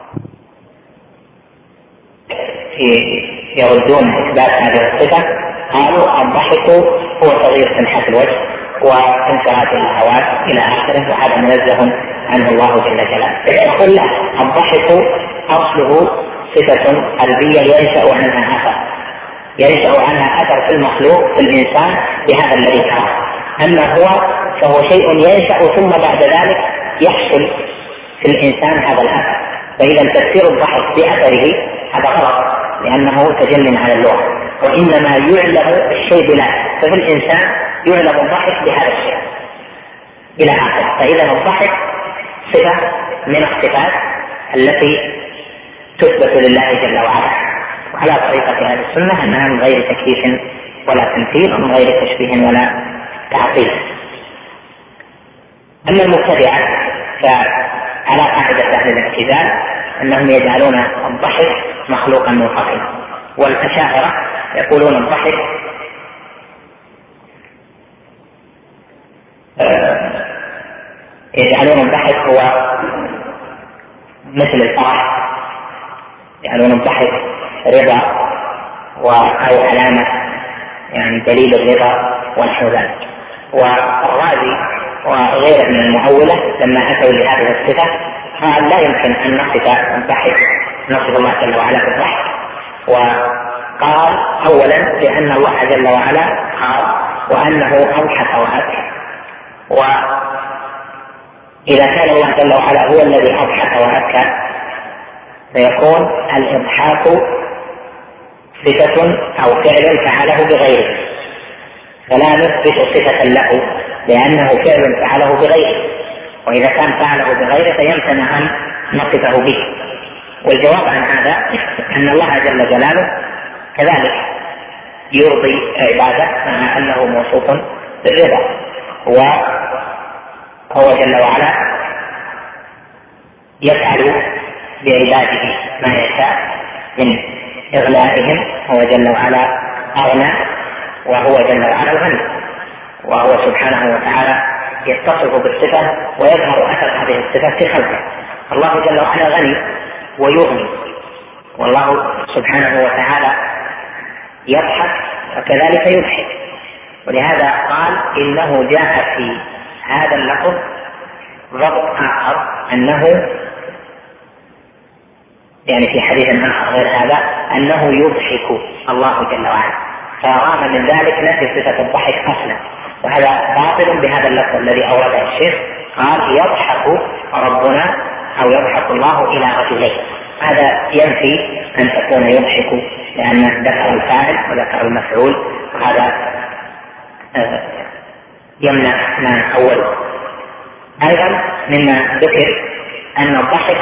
يردون اثبات هذه الصفه قالوا الضحك هو تغيير سمحة الوجه وانفراد الهواء الى اخره، وهذا منزه عنه الله جل جلاله. يقول لا، الضحك اصله صفه قلبيه ينشا عنها اثر، ينشا عنها اثر في المخلوق في الانسان بهذا الذي تراه. اما هو فهو شيء ينشا ثم بعد ذلك يحصل في الانسان هذا الاثر. فاذا تفسير الضحك باثره هذا غلط، لانه تجنن على اللغه، وانما يعلم الشيء بلا، ففي الانسان يعلم الضحك بهذا الشيء الى اخره. فاذا الضحك صفه من الصفات التي تثبت لله جل وعلا، وعلى طريقه اهل السنه انها من غير تكييف ولا تمثيل ومن غير تشبيه ولا تعطيل. اما المبتدعه فعلى قاعده اهل الاعتزال انهم يجعلون الضحك مخلوقا منفصلا، والاشاعره يقولون الضحك يجعلون الضحك هو مثل الفرح، يجعلون الضحك رضا أو علامة يعني دليل الرضا ونحو ذلك. والرازي وغيره من المؤولة لما أتوا لهذه الصفة قال لا يمكن أن نصف الضحك نصف الله جل وعلا بالضحك. وقال أولا لأن الله جل وعلا قال وأنه أضحك وأبكى، وإذا كان الله جل وعلا هو الذي أضحك وأبكى فيكون الإضحاك صفة أو فعل فعله بغيره، فلا نثبت صفة له لأنه فعل فعله بغيره، وإذا كان فعله بغيره فيمتنع أن نصفه به. والجواب عن هذا أن الله جل جلاله كذلك يرضي عباده مع أنه موصوف بالرضا، وهو جل وعلا يفعل بعباده ما يشاء من إغلائهم، هو جل وعلا أغنى وهو جل وعلا الغني، وهو سبحانه وتعالى يتصف بالصفة ويظهر أثر هذه الصفة في خلقه. الله جل وعلا غني ويغني، والله سبحانه وتعالى يضحك وكذلك يضحك، ولهذا قال إنه جاء في هذا اللفظ ضبط آخر أنه يعني في حديث آخر غير هذا أنه يضحك الله جل وعلا، فرام من ذلك نفي صفة الضحك أصلا، وهذا باطل بهذا اللفظ الذي أورده الشيخ قال يضحك ربنا أو يضحك الله إلى رجلين، هذا ينفي أن تكون يضحك لأن ذكر الفاعل وذكر المفعول، وهذا يمنع ما أوله. أيضا مما ذكر أن الضحك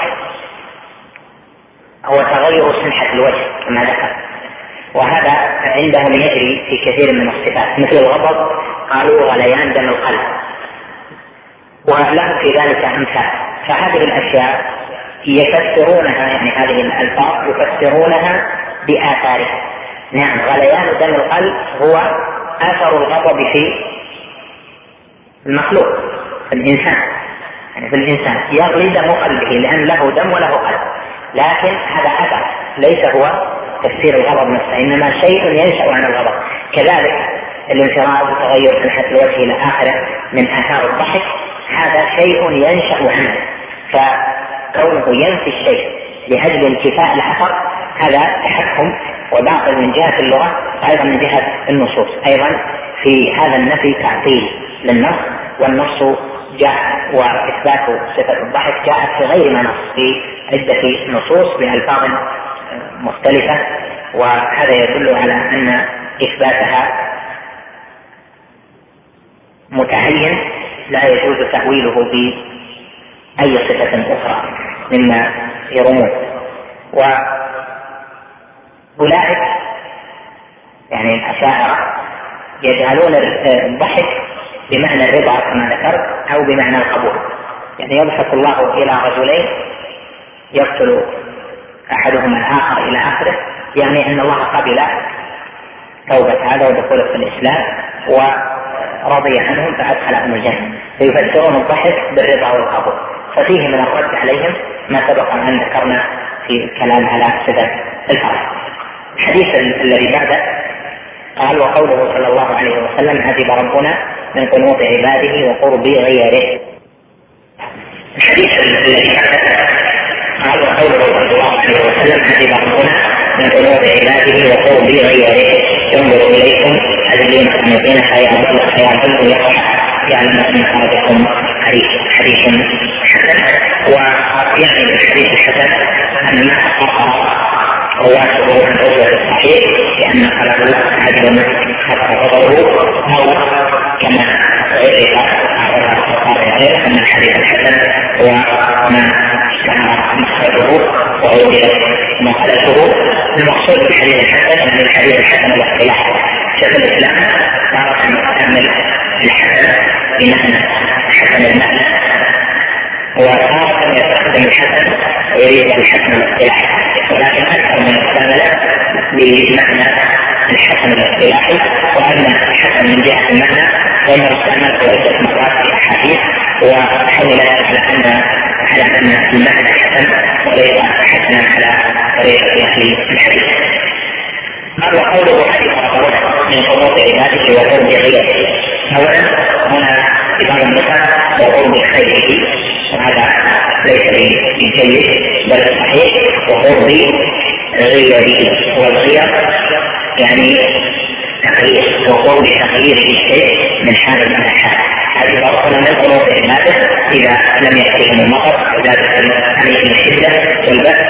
هو تغير سمحة الوجه كما ذكر، وهذا عندهم يجري في كثير من الصفات مثل الغضب قالوا غليان دم القلب، وله في ذلك أمثال. فهذه الأشياء يفسرونها يعني هذه الألفاظ يفسرونها بآثارها. نعم غليان دم القلب هو أثر الغضب في المخلوق في الإنسان، يعني في الإنسان يغلي دم قلبه لأن له دم وله قلب، لكن هذا أثر ليس هو تفسير الغضب نفسه، إنما شيء ينشأ عن الغضب. كذلك الانفراد وتغير سمحة الوجه إلى آخره من آثار الضحك هذا شيء ينشأ عنه، فكونه ينفي الشيء لأجل انتفاء الأثر هذا تحكم وباطل من جهة اللغة، وأيضا من جهة النصوص. أيضا في هذا النفي تعطيل للنص، والنص جاء وإثبات صفة الضحك جاءت في غير ما نص في عدة نصوص بألفاظ مختلفة، وهذا يدل على أن إثباتها متعين لا يجوز تأويله بأي صفة أخرى مما يرمون. وأولئك يعني الأشاعرة يجعلون الضحك بمعنى الرضا كما ذكرت أو بمعنى القبول، يعني يضحك الله إلى رجلين يقتل أحدهما الآخر إلى آخره، يعني أن الله قبل توبة هذا ودخوله في الإسلام ورضي عنهم فأدخلهم الجنة، فيفسرون الضحك بالرضا والقبول. ففيه من الرد عليهم ما سبق أن ذكرنا في الكلام على صفة الفرح. الحديث الذي بعده قال وقوله صلى الله عليه وسلم عجب ربنا من قنوط عباده وقرب غيره. الحديث الذي بعده قال وقوله صلى الله عليه وسلم عجب ربنا من قنوط عباده وقرب غيره ينظر إليكم الذين تقنطين فيعبدوا فيعبدوا يعلم أن خرجكم حديث حديث حسن. ويعني الحديث الحسن أن ما أقر رواته عن الرجل الصحيح لأن كلام الله عجب حتى غضبه، أو كما غير أن الحديث الحسن هو ما اشتهر مخرجه ووجدت مخالفه. المقصود بالحديث الحسن أن الحديث الحسن والاصطلاح شيخ الإسلام صار أن يستعمل الحسن بمعنى حسن المعنى، وصار أن يستخدم الحسن ويريد الحسن الاصطلاحي، ولكن أكثر من استعمله بمعنى الحسن الاصطلاحي. وأن الحسن من جهة المعنى فإنه استعمل عدة مرات في أحاديث وحمل على أن على أن المعنى حسن وليس حسنا على طريقة أهل الحديث. قال وقوله حديث ربنا من قنوط عباده وقرب غيره. أولا كبار النساء وقرب خيره، وهذا ليس بجيد بل صحيح، وقرب غيره، والغير يعني تغيير، وقرب تغيير الشيء من حال الى حال. هذه الأرض من القلوب العبادة إذا لم يأتيهم المطر عبادة عليهم الشدة والبأس،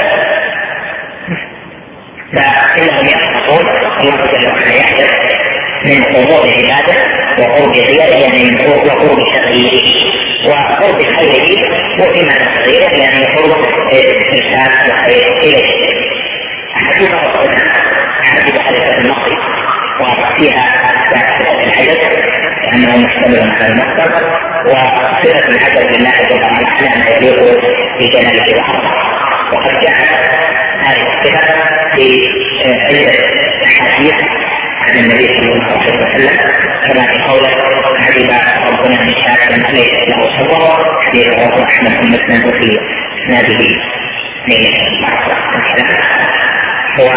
فإنهم يخطئون. الله جل وعلا يحدث من قرب العبادة وقرب غيره، يعني من قرب وقرب تغييره وقرب خيره، وفيما تغييره يعني قرب إرسال الخير إليه. أحاديث ربنا أحاديث حديثة المصري وفيها صفة العجز لأنه مشتمل على المصدر، وصفة العجز لله جل وعلا على ما يليق بجلاله وعظمته. وقد جاءت هذه الصفة في عدة أحاديث عن النبي صلى الله عليه وسلم، كما في قوله عجب ربنا من شاء من ليس له سوى، حديث رواه أحمد بن مسلم في إسناده من بعض الكلام. هو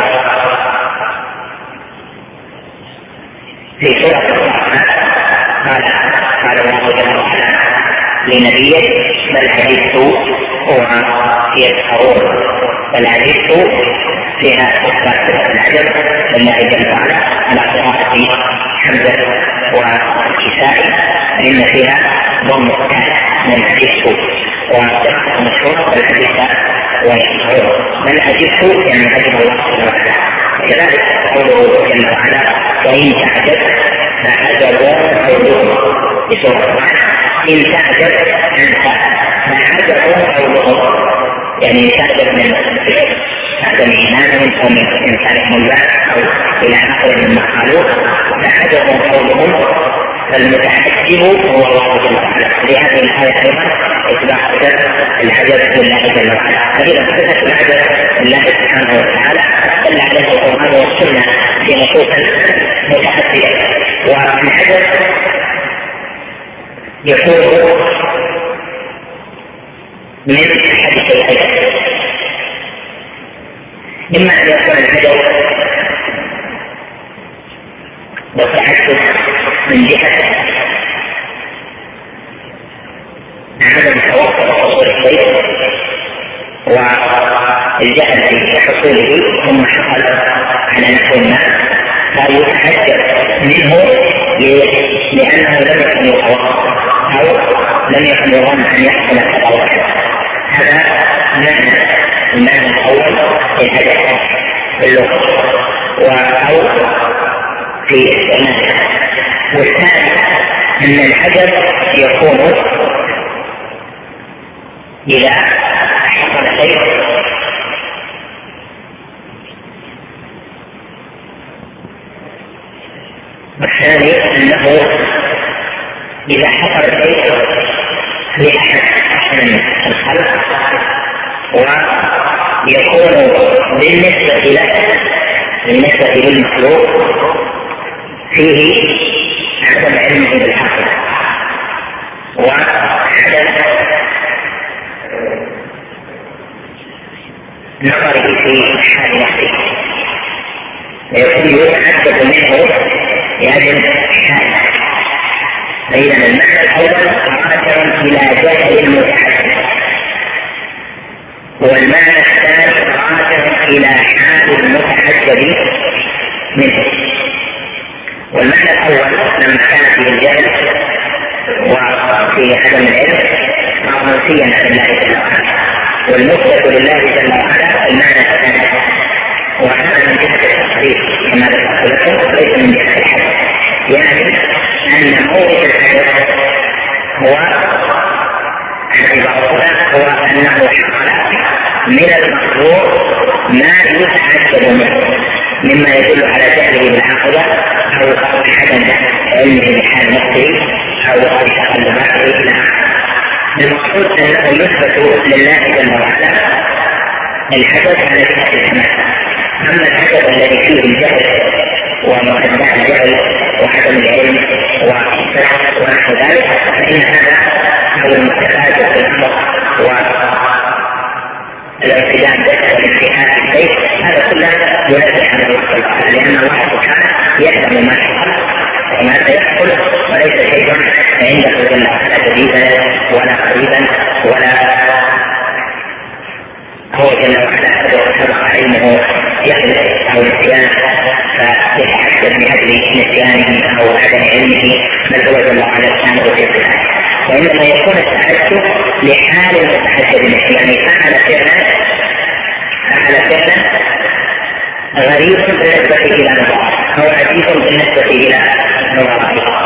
في سورة الرحمن قال قال الله جل وعلا لنبيه بل عجبت هو يسخرون، بل عجبت فيها إثبات صفة العجب لله جل وعلا على قراءة حمزة والكسائي، فإن فيها ضم التاء من عجبت، وصفة مشهورة بل عجبت ويسخرون، بل عجبت يعني عجب الله جل وعلا. كذلك قوله جل وعلا وإن تعجب فعجب قولهم في سورة الرحمن، إن تعجب أنت فعجب قولهم، يعني تعجب من عدم إيمانهم أو من إنكارهم البعث أو إلى آخره مما قالوه، فعجب قولهم، فالمتعجب هو الله جل وعلا. لهذه الآية أيضا إثبات العجب لله جل وعلا. فإذا صفة العجب لله سبحانه وتعالى دل عليه القرآن والسنة في نصوص متعددة. والعجب يكون من أحد شيئين: إما أن يكون العجب والتعجب من جهة عدم توقع حصول الشيء والجهل في حصوله ثم حصل على نحو ما، فيتعجب منه لأنه لم يكن يتوقع أو لم يكن يظن أن يحصل كذا وكذا. هذا معنى المعنى الأول في العجب في اللغة أو في استعمالها. والثاني أن العجب يكون إذا حصل شيء والثاني أنه إذا حصل شيء لأحد من الخلق ويكون بالنسبة له بالنسبة للمخلوق فيه عدم علمه بالحق وعدم نظره في حال نفسه، ويكون يتعجب منه لأجل حاله. فإذا المعنى الأول راجع إلى جهل المتعجب، والمعنى الثاني راجع إلى حال المتعجب منه. والمعنى الأول لما كان فيه الجهل وفي عدم العلم صار منسيا عن الله جل وعلا، والمثبت لله جل وعلا المعنى الثاني، وهذا من جهة التصريف كما ذكرت لكم وليس من جهة الحد، يعني أن مورد الحدث هو هو أنه حصل من المخلوق ما يتعجب منه مما يدل على جهله بالعقبة أو عدم علمه بحال نفسه أو تقلباته إلى آخره. المقصود أنه يثبت لله جل وعلا الحدث على جهة الكمال. أما الحدث الذي فيه الجهل ومقدمات الجهل وعدم العلم والسحر ونحو ذلك فإن هذا هو المتفاجئ في الأمر والانقدام والانتهاء الشيء، هذا كله ينزل عن الله تعالى، لأن الله سبحانه يعلم ما حصل ما سيحصل وليس شيء عنده جل وعلا جديدا ولا قريبا ولا هو جل وعلا سبق علمه يحدث او نسيان فيتحدث لاجل نسيانه او عدم علمه، بل هو جل وعلا كامل في صفاته. وانما يكون التعجب لحال المتحدث يعني فعل فعلا فعل فعلا غريب بالنسبه الى نظره او عجيب بالنسبه الى نظره،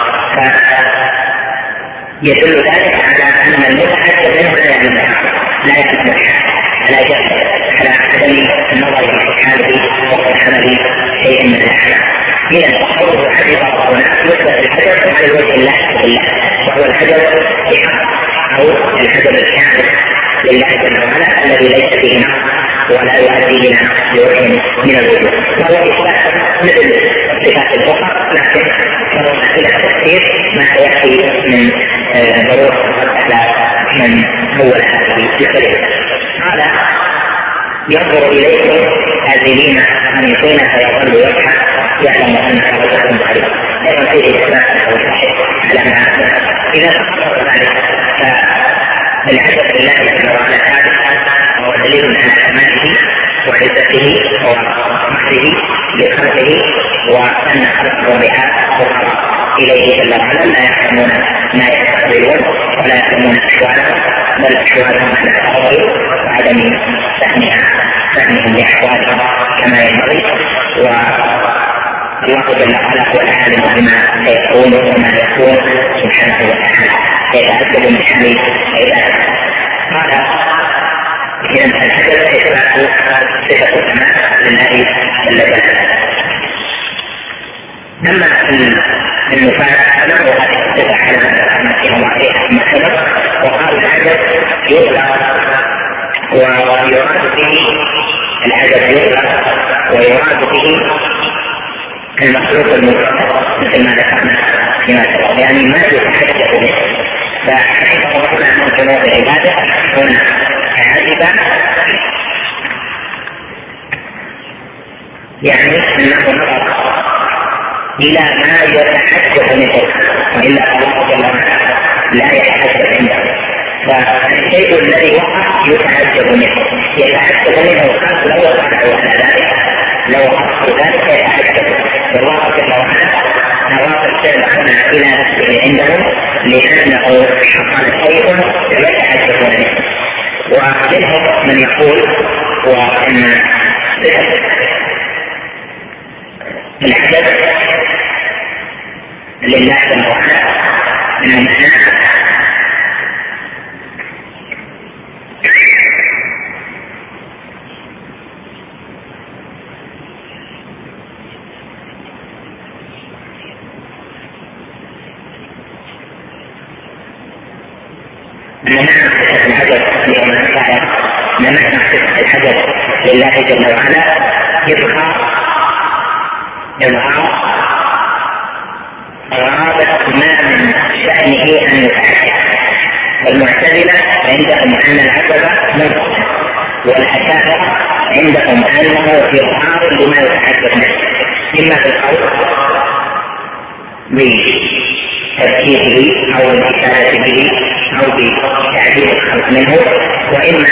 فيدل ذلك على ان المتحدث منه لا يعلم لا يعلم على جهل على عدم النظر في حاله وعمل شيء من الحال. اذا قوله حدث الله يثبت الحدث على الوجه اللائق بالله، وهو الحدث بحق او الحدث الكامل لله جل وعلا الذي ليس فيه نقص ولا يؤدي الى نقص بوجه من الوجوه، وهو اثبات مثل الصفات الاخرى، لكن كما الى التفسير ما سياتي من ضروره الرد على من اول هذه الكلمه. قال ينظر اليكم هازلين خميصين فيظل يضحك يعلم انك رجل قريب، ايضا فيه اثبات او صحيح على ما اذا تقرر ذلك فالعجب بالله جل وعلا ثابت وهو دليل على كماله وعزته ومحره بخلقه، وان خلقه رعاة فقراء اليه جل وعلا لا يعلمون ما يستقبلون ولا يعلمون احوالهم، بل احوالهم على التغير وعدم فهمها فهمهم لاحوالهم كما ينبغي. والله جل وعلا هو العالم بما سيكون وما يكون سبحانه وتعالى، فيتأكد من حال عباده. قال إذا الحدث إثبات صفة السماء لله جل جلاله. أما النفاة فنحو هذه الصفة على أمثلهم عليها ثم سبق، وقال الحدث يطلق ويراد به الحدث يطلق ويراد به المخلوق المطلق مثل ما ذكرنا فيما سبق، يعني ما يتحدث به. فحيث وقعنا من جنوب العبادة هنا عجب يعني انه نظر الى ما يتحدث منه، والا الله جل وعلا لا يتحدث عنده. فالشيء الذي وقع يتحدث منه يتحدث منه الخلق لو وقع على ذلك لو وقع ذلك يتحدث. فالله جل وعلا نواقض الفعل هنا الى نفسه عنده لانه حصل شيء يتحدث منه. ومنهم من يقول وان الحدث لله جل وعلا من معناه نمنع الحدث ليوم الشاعر، نمنع الحدث لله جل وعلا يظهر إظهار غرابة ما من شأنه أن يتحدث. والمعتزلة عندهم أن العجب منقص، والأشاعرة عندهم أنه إظهار لما يتحدث منه، إما في القول بتفكيره أو بالإشارة به أو بتعبير الخلق منه، وإما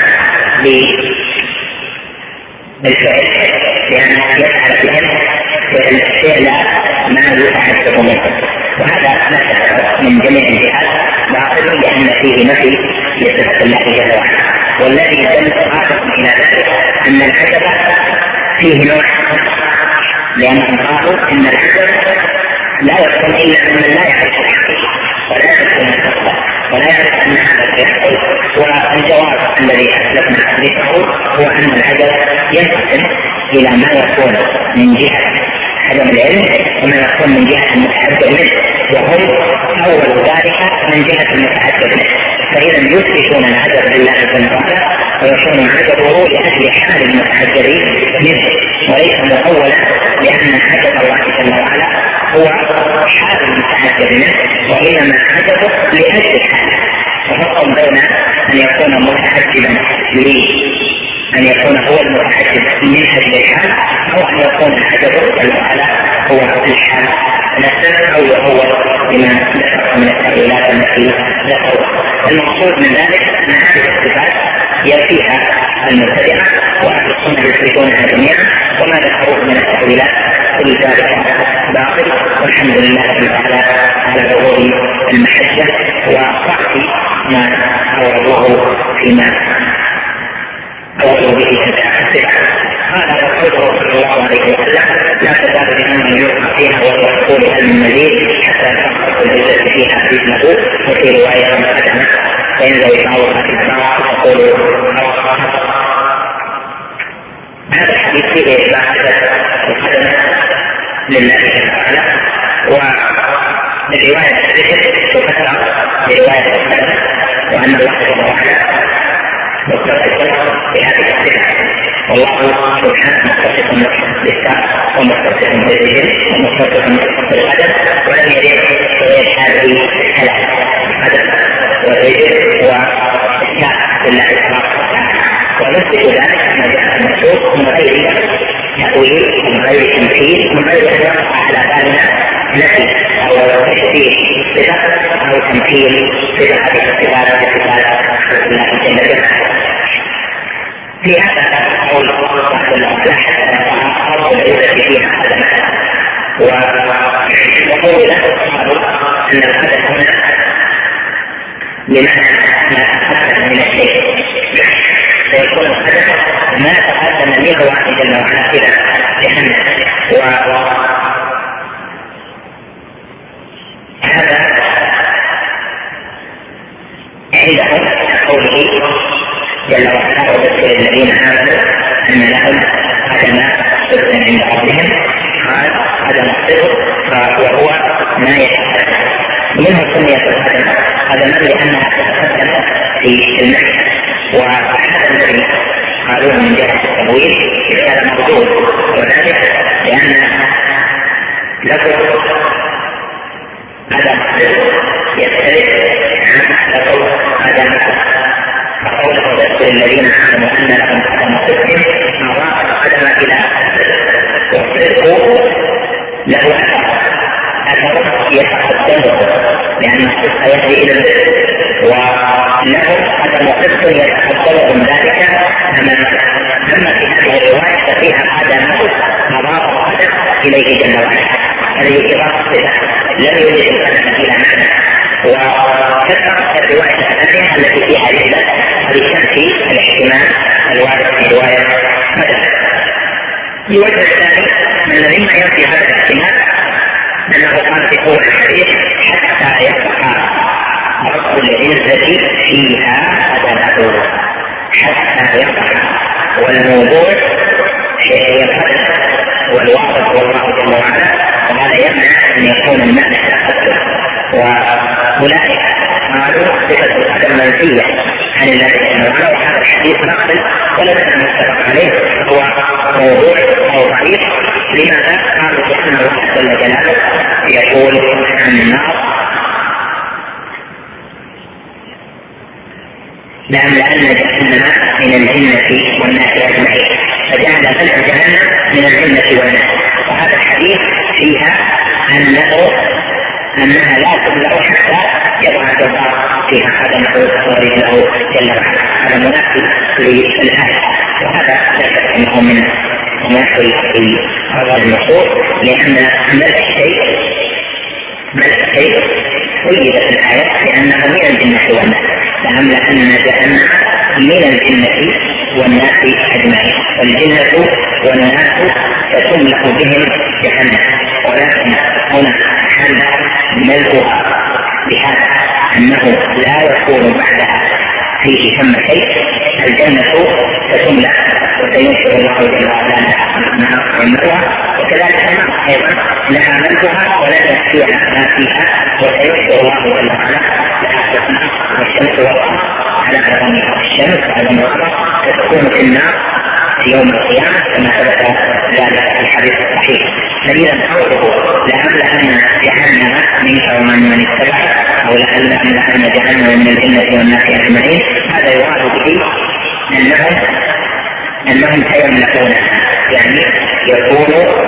بالفعل لأن يفعل بهم فعل ما يتحدث منه. وهذا مسألة من جميع الجهات باطل لأن فيه نفي لصفة الله جل وعلا. والذي دل قادم إلى ذلك أن العجب فيه نوع، لأنهم قالوا إن العجب لا يكون إلا ممن لا يعرف الحقيقة ولا يعرف المستقبل ولا يعرف أن هذا سيحصل. والجواب الذي أسلفنا حديثه هو أن العجب ينقسم إلى ما يكون من جهة عدم العلم وما يكون من جهة المتحدث منه، وهم أول ذلك من جهة المتحدث منه. فإذا يثبتون العجب لله جل وعلا ويكون عجبه لأجل حال المتحدثين منه، وليس مؤولا لأن عجب الله جل وعلا هو حال المتحدث منه، وإنما عجبه لأجل حاله. ففرق بين أن يكون متحجبا أن يكون هو المتحدث من أجل الحال، أو أن يكون الحجب جل وعلا هو الحال نفسه او يؤول بما ذكر من التأويلات التي ذكرها. المقصود من ذلك ان هذه الصفات ينفيها المبتدعة واهل السنة يثبتونها جميعا، وما ذكروه من التأويلات كل ذلك باطل. والحمد لله تعالى على ظهور المحجة وضعف ما اوردوه فيما اولوا به الصفات. هذا قوله صلى الله عليه وسلم: لا تزال جهنم يلقى فيها وهو يقول هل من مزيد حتى تنقص الجزء فيها رجله، وفي روايه قدمه فينزل بعضها في السماء تقول. هذا الحديث فيه اثبات القدم لله تعالى، والروايه الذكر تفسر بروايه القدم، وان الله جل وعلا متصف بهذه الصفات. والله سبحانه متصف بالساق ومتصف بالرجل ومتصف بالقدم، ولم يرد غير هذه الثلاث: القدم والرجل والساق لله تبارك وتعالى. ونثبت ذلك ما جاء المنصوص من غير تأويل ومن غير تمثيل ومن غير ان يقع على بالنا نفي او تشبيه صفه او تمثيل صفه هذه الصفات بصفات الله جل وعلا. في هذا قول بعض العلماء رب العزة فيها قدم، وقول ان القدم هنا بمعنى ما تقدم من الشيء، فيكون القدم ما تقدم منه الله جل وعلا الى جهنم. وهذا عندهم قوله جل وعلا: وبشر الذين امنوا ان لهم قدم صدق عند ربهم. قال قدم الصدق وهو ما يتقدم، منه سميت القدم قدما لانها تتقدم في المعنى. وهذا الذي قالوه من جهه التأويل كان مردود، وذلك لان لفظ قدم الصدق يختلف عن لفظ قدم. فقوله وبشر الذين امنوا ان لهم قدم صدق اضاف القدم الى والصدق له اثر يتقدمه لان الصدق يهدي الى البر، وله قدم صدق يتقدمهم ذلك امامه. اما في هذه الروايه ففيها قدمه اضاف القدم اليه جل وعلا، هذه اضافه لم يوجد القدم الى معنى. وكثرت الروايه الثانيه التي فيها الإثبات لتنفي الاحتمال الوارد في روايه قدم. الوجه الثاني من مما ينفي هذا الاحتمال انه قال في اول الحديث: حتى يبقى رب العزه فيها قدمه. حتى يبقى، والموضوع هي القدم والواضح والله جل وعلا، وهذا يمنع ان يكون المعنى تقدم. واولئك قالوا صفه القدم منفيه عن الله جل وعلا، وهذا الحديث نقل ولم يكن متفق عليه، هو موضوع او ضعيف. لماذا؟ قالوا لان الله جل جلاله يقول عن النار: لأملأن جهنم من الجنة والناس أجمعين، فجعل ملء جهنم من الجنة والناس. وهذا الحديث فيها أنه أنها لا تملأ حتى يضع الجبار فيها قدمه ورجله جل وعلا. هذا منافي للآية، وهذا لا شك أنه من منافي في هذا النصوص، لأن ملء الشيء ملء الشيء قيد في الآية لأنه من الجنة والناس. لأملأن جهنم من الجنة والناس أجمعين، والجنة والناس فتملأ بهم جهنم، ولكن هنا حل ملؤها بهذا أنه لا يكون بعدها فيه ثم شيء. الجنة ستملأ وسينشر الله جل وعلا لها المأوى، وكذلك النار أيضا لها ملؤها ولا يكفيها ما فيها، وسينشر الله جل وعلا لها النار. والشمس والقمر على عظم الشمس وعظم القمر ستكون في النار في يوم القيامة كما ثبت ذلك في الحديث الصحيح. فإذا قوله لأملأن جهنم منك ومن من اتبعك أو لأملأن جهنم من الجنة والناس أجمعين، هذا يراد به أنهم أنهم سيملكونها، يعني يكون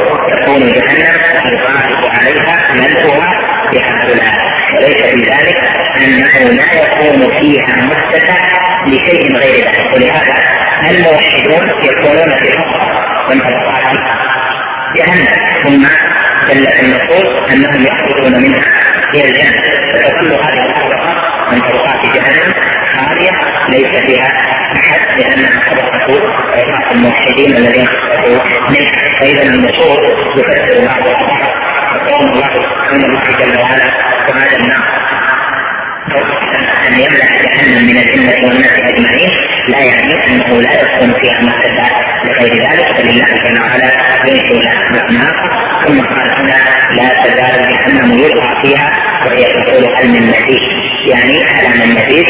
فتكون جهنم الغالب عليها من هو بهؤلاء، وليس في ذلك انه لا يكون فيها متسع لشيء غير ذلك. ولهذا الموحدون يكونون في حكم وانتظار جهنم، ثم دلت النصوص انهم يخرجون منها الى الجنه، فتكون هذه الطرقات من طرقات جهنم خاليه ليس فيها احد، لانها طرقه طرقات الموحدين الذين خرجوا منها. فاذا النصوص تفسر بعضها بعض، وقول الله سبحانه الله جل وعلا وهذا النار أن يملأ جهنم من الجنة والناس أجمعين لا يعني أنه لا يكون فيها مقتدى لغير ذلك، فلله جل وعلا ينشئ النار. ثم قال هنا لا تزال جهنم يلقى فيها وهي تقول هل من مزيد، يعني هل من مزيد،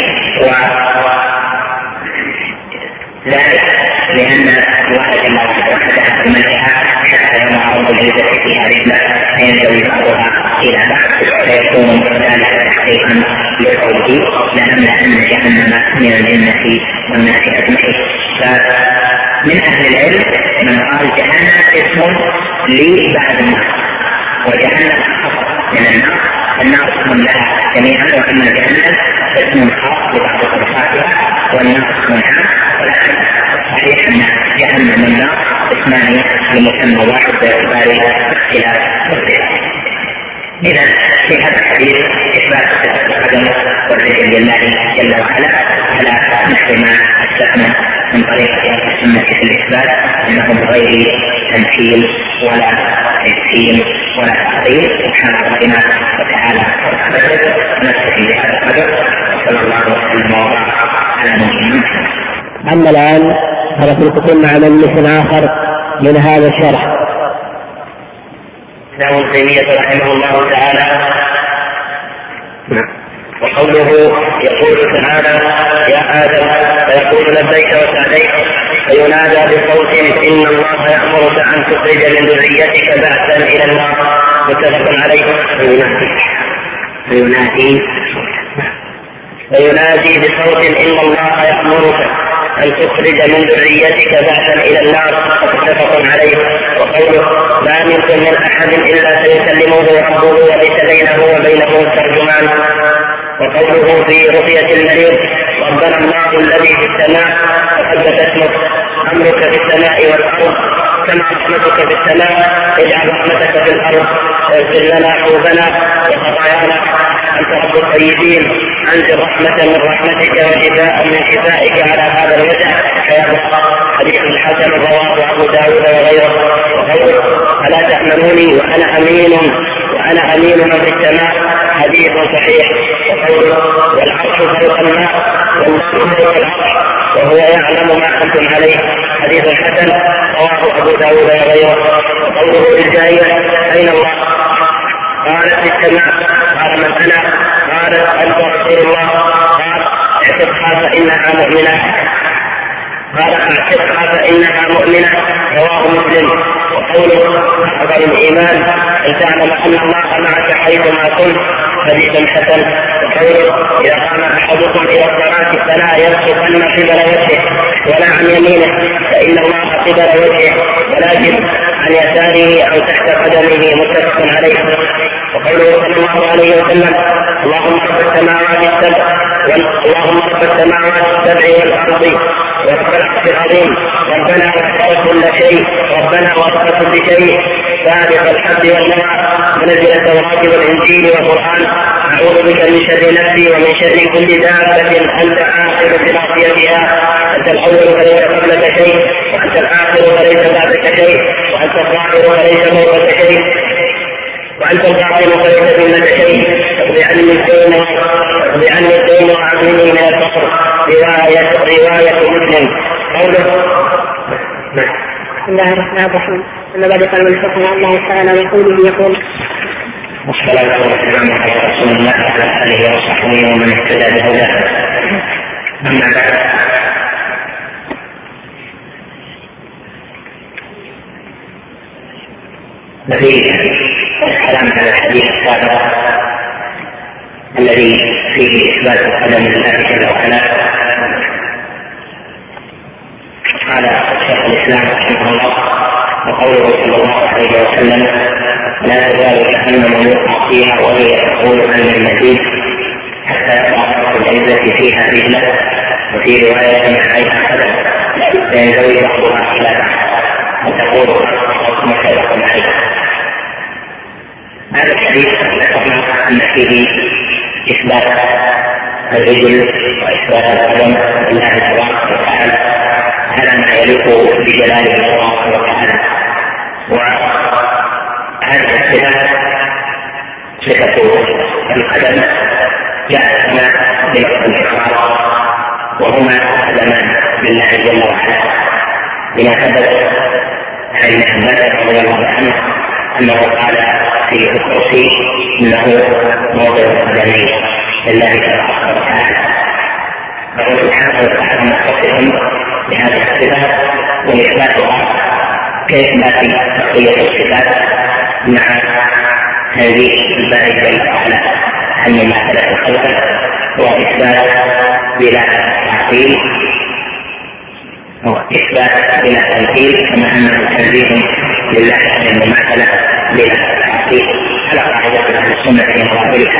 وذلك لأن الله جل وعلا وحدها بمنعها حتى يوم عرض العزة فيها رجلا فينزوي بعضها إلى بعض فيكون ذلك تحقيقا لقوله لأملأن جهنم من الجنة والناس أجمعين. فمن أهل العلم من قال جهنم اسم لبعض الناس، وجهنم من النار، النار اسم لها جميعا، وأما جهنم اسم خاص لبعض صفاتها والنار اسم عام. ولكن صحيح أن جهنم والنار اسمان لمسمى واحد باعتبار اختلاف الصفات. إذا في هذا الحديث إثبات صفة القدم والرجل لله جل وعلا على نحو ما أسلفنا من طريقة أهل السنة في الإثبات، أنه غير تمثيل ولا تجسيم ولا تعطيل. سبحان ربنا وتعالى نكتفي بهذا القدر، وصلى الله وسلم وبارك على نبينا محمد. أما الآن فنترككم مع مجلس آخر من هذا الشرح. له ابن تيمية رحمه الله تعالى. وقوله يقول تعالى يا آدم فيقول لبيك وسعديك فينادى بصوت إن الله يأمرك أن تخرج من ذريتك بعثا إلى النار، متفق عليه. فينادي فينادي بصوت إن الله يأمرك أن تخرج من ذريتك بعثا إلى النار، متفق عليه. وقوله ما منكم من أحد إلا سيكلمه ربه وليس بينه وبينه ترجمان. وقوله في رقية المريض ربنا الله الذي في السماء وقدس اسمك أمرك في السماء والأرض كما رحمتك في السماء اجعل رحمتك في الأرض واغفر لنا حوبنا وخطايانا أنت رب الطيبين أنزل رحمة من رحمتك وشفاء من شفائك على هذا الوجه فيبقى. حديث الحسن رواه أبو داود وغيره. وقوله ألا تأمنوني وأنا أمين وأنا أمين من في السماء حديث صحيح. وقوله والعرش فوق الماء والله فوق العرش وهو يعلم ما أنتم عليه حديث حسن رواه أبو داود وغيره. وقوله للجارية أين الله؟ قالت في السماء. قال من أنا؟ قالت أنت رسول الله. قال اعتقها فإنها مؤمنة. قال اعتقها فإنها مؤمنة رواه مسلم. وقوله أفضل الإيمان أن تعلم أن الله معك حيثما كنت حديث حسن. وقوله إذا قام أحدكم إلى الصلاة فلا يبصقن قبل وجهه ولا عن يمينه فإن الله قبل وجهه ولكن عن يساره أو تحت قدمه، متفق عليه. وقوله صلى الله عليه وسلم اللهم رب السماوات السبع اللهم رب السماوات السبع والأرض ورب العرش العظيم ربنا وسع كل شيء ربنا وسع كل شيء سابق الحد والنوى منزل التوراة والإنجيل والقرآن أعوذ بك من شر نفسي ومن شر كل دابة أنت آخر بناصيتها أنت الأول فليس قبلك شيء وأنت الآخر فليس بعدك شيء وأنت الظاهر فليس فوقك شيء وأنت الباطن فليس دونك شيء اقضي عني الدين اقضي عني الدين وأعطني من الفقر. رواية رواية مسلم. قوله بسم الله الرحمن الرحيم. أما بعد قال من حكم الله تعالى يقول يقول والصلاة والسلام على رسول الله وعلى آله وصحبه ومن اهتدى بهداه. أما بعد نفيد الكلام على الحديث السابق الذي فيه إثبات القدم لله جل وعلا. قال شيخ الإسلام رحمه الله وقوله صلى الله عليه وسلم لا تزال جهنم يلقى فيها وهي تقول عن المزيد حتى يضع رب العزة فيها رجله، وفي رواية من عليها قدم فينزوي بعضها إلى بعض وتقول متفق عليه. هذا الحديث ذكرنا أن فيه إثبات الرجل وإثبات القدم لله تبارك وتعالى على ما يليق بجلاله تبارك وتعالى. وهذه الصفة صفة القدم جاءت بلفظ الإقرار، وهما قدمان لله جل وعلا، بما ثبت عن ابن عباس رضي الله عنه انه قال في الكرسي انه موضع القدمين لله تبارك وتعالى. فهو سبحانه وتعالى متصف بهذه الصفات واثباتها كاثبات بقيه الصفات مع تنزيه الله جل وعلا عن مماثله الخلق واثبات بلا تعطيل وإثبات بلا تمثيل، كما أنه تنزيه لله عن المماثلة بلا تعطيل على قاعدة أهل السنة ومقابلها.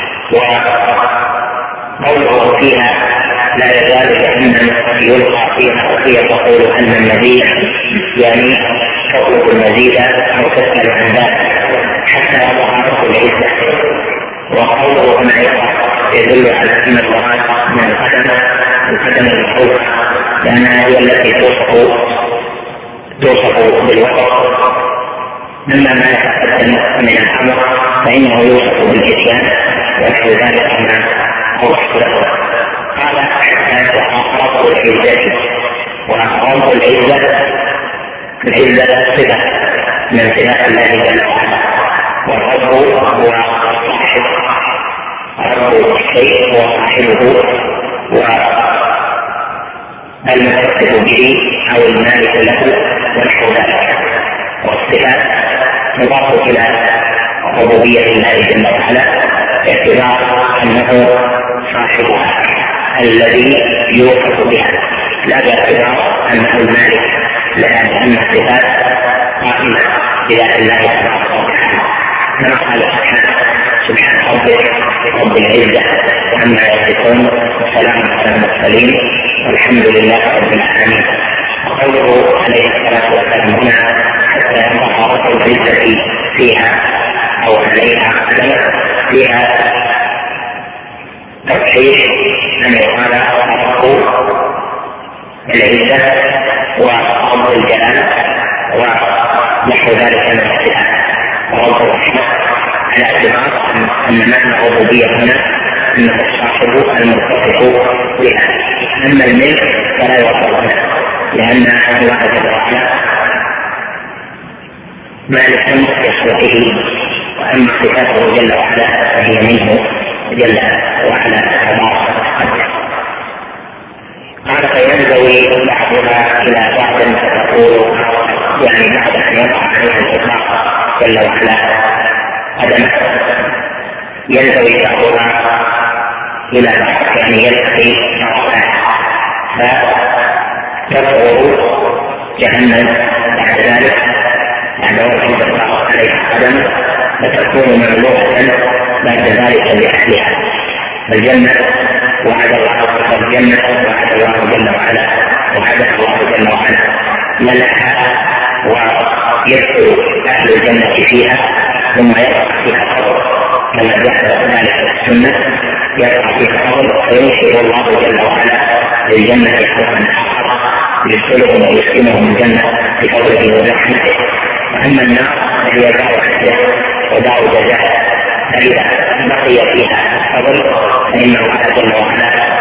وقوله فيها لا يزال جهنم يلقى فيها وهي تقول أن المزيد يعني تطلب المزيد أو تسأل عن ذلك حتى يضع رب العزة. وقوله هنا يدل على أن المراد من القدم القدم المعروفة، لأنها هي التي توصف توصف بالوقت. أما ما يتقدم من الأمر فإنه يوصف بالإتيان ونحو ذلك ما أوصف له. قال حتى رب العزة، ورب العزة العزة صفة من صفات الله جل وعلا، والرب هو صاحب رب الشيء هو صاحبه والمتصف به أو المالك له ونحو ذلك. والصفات تضاف إلى ربوبية الله جل وعلا باعتبار أنه صاحبها الذي يوصف بها، لا باعتبار أنه المالك لها، لأن الصفات قائمة بذات الله تبارك وتعالى. كما قال سبحانه سبحان ربك رب العزة عما يصفون وسلام على المرسلين والحمد لله رب العالمين. وقوله عليه الصلاة والسلام هنا حتى يضع رب العزة فيها أو عليها قدم فيها تصحيح أن يقال رب العزة ورب الجلال ونحو ذلك من الصفات، ورب الرحمة، على اعتبار أن معنى الربوبية هنا أنه الصاحب المتصف بها. أما الملك فلا يوصل هنا، لأن الله جل وعلا مالك يصلحه، وأما صفاته جل وعلا فهي منه جل وعلا تبارك وتعالى. قال فينزوي بعضها إلى بعض فتقول يعني بعد أن يضع عليها الإطلاق جل وعلا قدمه ينزوي بعضها إلى بعض يعني يلتقي بعضها فتشعر جهنم بعد ذلك يعني وجد الله عليها قدم فتكون مملوءة بعد ذلك بأهلها. الجنة وعد الله الجنة وعد الله جل وعلا وعد الله جل وعلا ملأها ويدخل أهل الجنة فيها ثم يقع فيها قبر كما جاء ذلك في السنة، يقع فيها قبر فينشئ الله جل وعلا للجنة خلقا آخر يدخلهم ويسكنهم الجنة بفضله ورحمته. وأما النار فهي دار حسرة ودار جزاء، فإذا بقي فيها الفضل فإن الله جل وعلا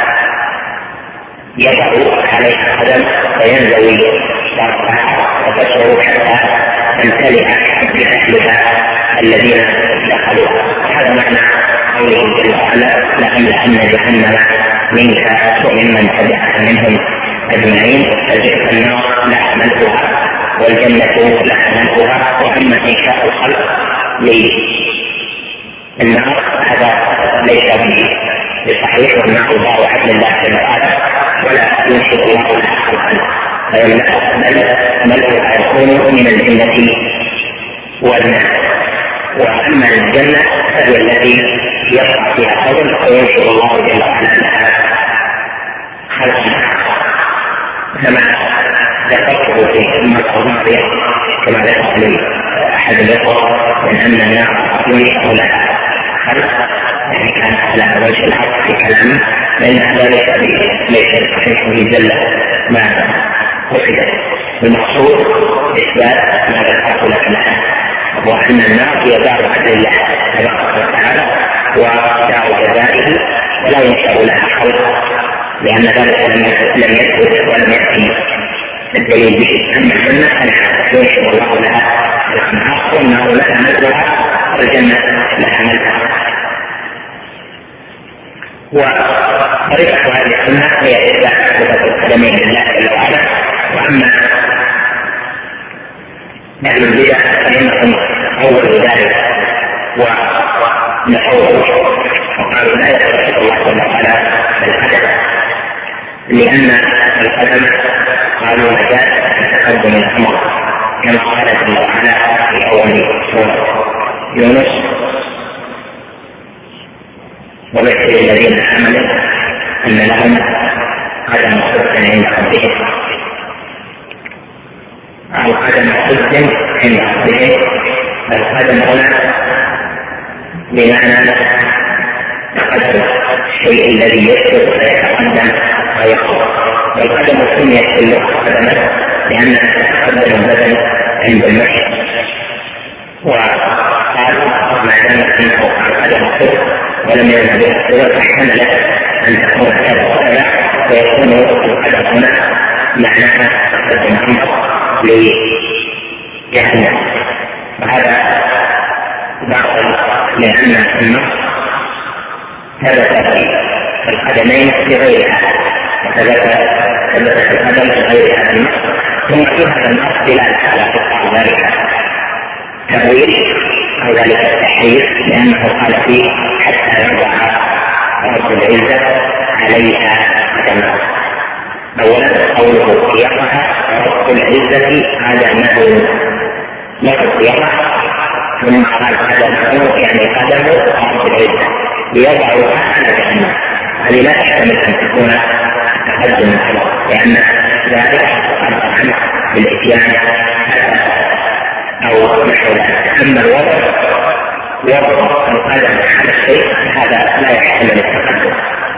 يضع عليها قدم فينزوي ضربها وتشعر حتى تمتلئ بأهلها الذين دخلوها. هذا معنى قوله جل وعلا لأملأن جهنم منك وممن تبعك منهم أجمعين. فتلك النار لها ملكها والجنة لها ملكها. وأما إنشاء الخلق للنار هذا ليس بصحيح، والنار دار عدل الله جل وعلا ولا ينشئ الله لها خلقا بل بل يكون من الجنة والنار. وأما الجنة فهي التي يقع فيها الفضل وينشر الله جل وعلا لها خلقا كما ذكرته في المرة الماضية، كما ذكر لي أحد الإخوة من أن النار ينشر لها خلق، يعني كانت على وجه الأرض في كلامه، لأن ذلك ليس بصحيحه جل ما قصد. المقصود إثبات ما ذكرت لك الآن، وأن النار هي دار عدل الله تبارك وتعالى ودار جزائه ولا ينشأ لها خلق، لأن ذلك لم يثبت ولم يأتي الدليل به. أما الجنة فينشأ الله لها خلقا، والنار لها مثلها والجنة لها مثلها. وطريقة هذه السنة هي إثبات صفة القدمين لله جل وعلا. وأما أهل البدع فإنهم أولوا ذلك ونحوه وقالوا لا يصف الله جل وعلا بالقدم، لأن القدم قالوا مجاز تقدم الأمر، كما قال جل وعلا في أول سورة يونس: وبشر الذين آمنوا أن لهم قدم صدق عند ربهم. القدم صدق عند ربهم، القدم هنا بمعنى تقدم الشيء الذي يسبق ويتقدم ويقوم. والقدم سميت في اللغة قدما لأنها تتقدم البدن عند المشي، وقالوا ما دام أنه القدم صدق ولم يرد به الصورة فاحتمل أن تكون كذا وكذا، ويكون القدم هنا معناها تقدم أمر لجهنم. وهذا باطل، لأن النص ثبت في القدمين بغيرها، وثبت ثبت القدم بغير هذا النص، ثم في هذا النص دلالة على إبطال ذلك تأويل أو ذلك التحريف، لأنه قال فيه: حتى يضع رب العزة عليها قدمه. أولا قوله يضع رب العزة هذا نهي لفظ يضع، ثم قال قدمه يعني قدمه رب العزة ليضعها على جهنم. هذه لا تحتمل أن تكون تقدم الأمر، لأن ذلك قدر عنه بالإتيان أو نحو ذلك. أما الوضع وضع القدم على الشيء هذا لا يحتمل التقدم.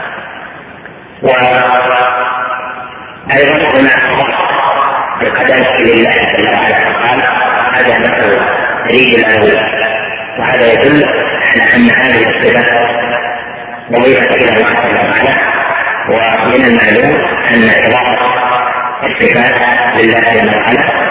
وأيضا هنا القدم لله جل وعلا، قال: هذا له رجل، وهذا يدل على أن هذه الصفة مضيفة إلى الله جل وعلا. ومن المعلوم أن إضافة الصفات لله جل وعلا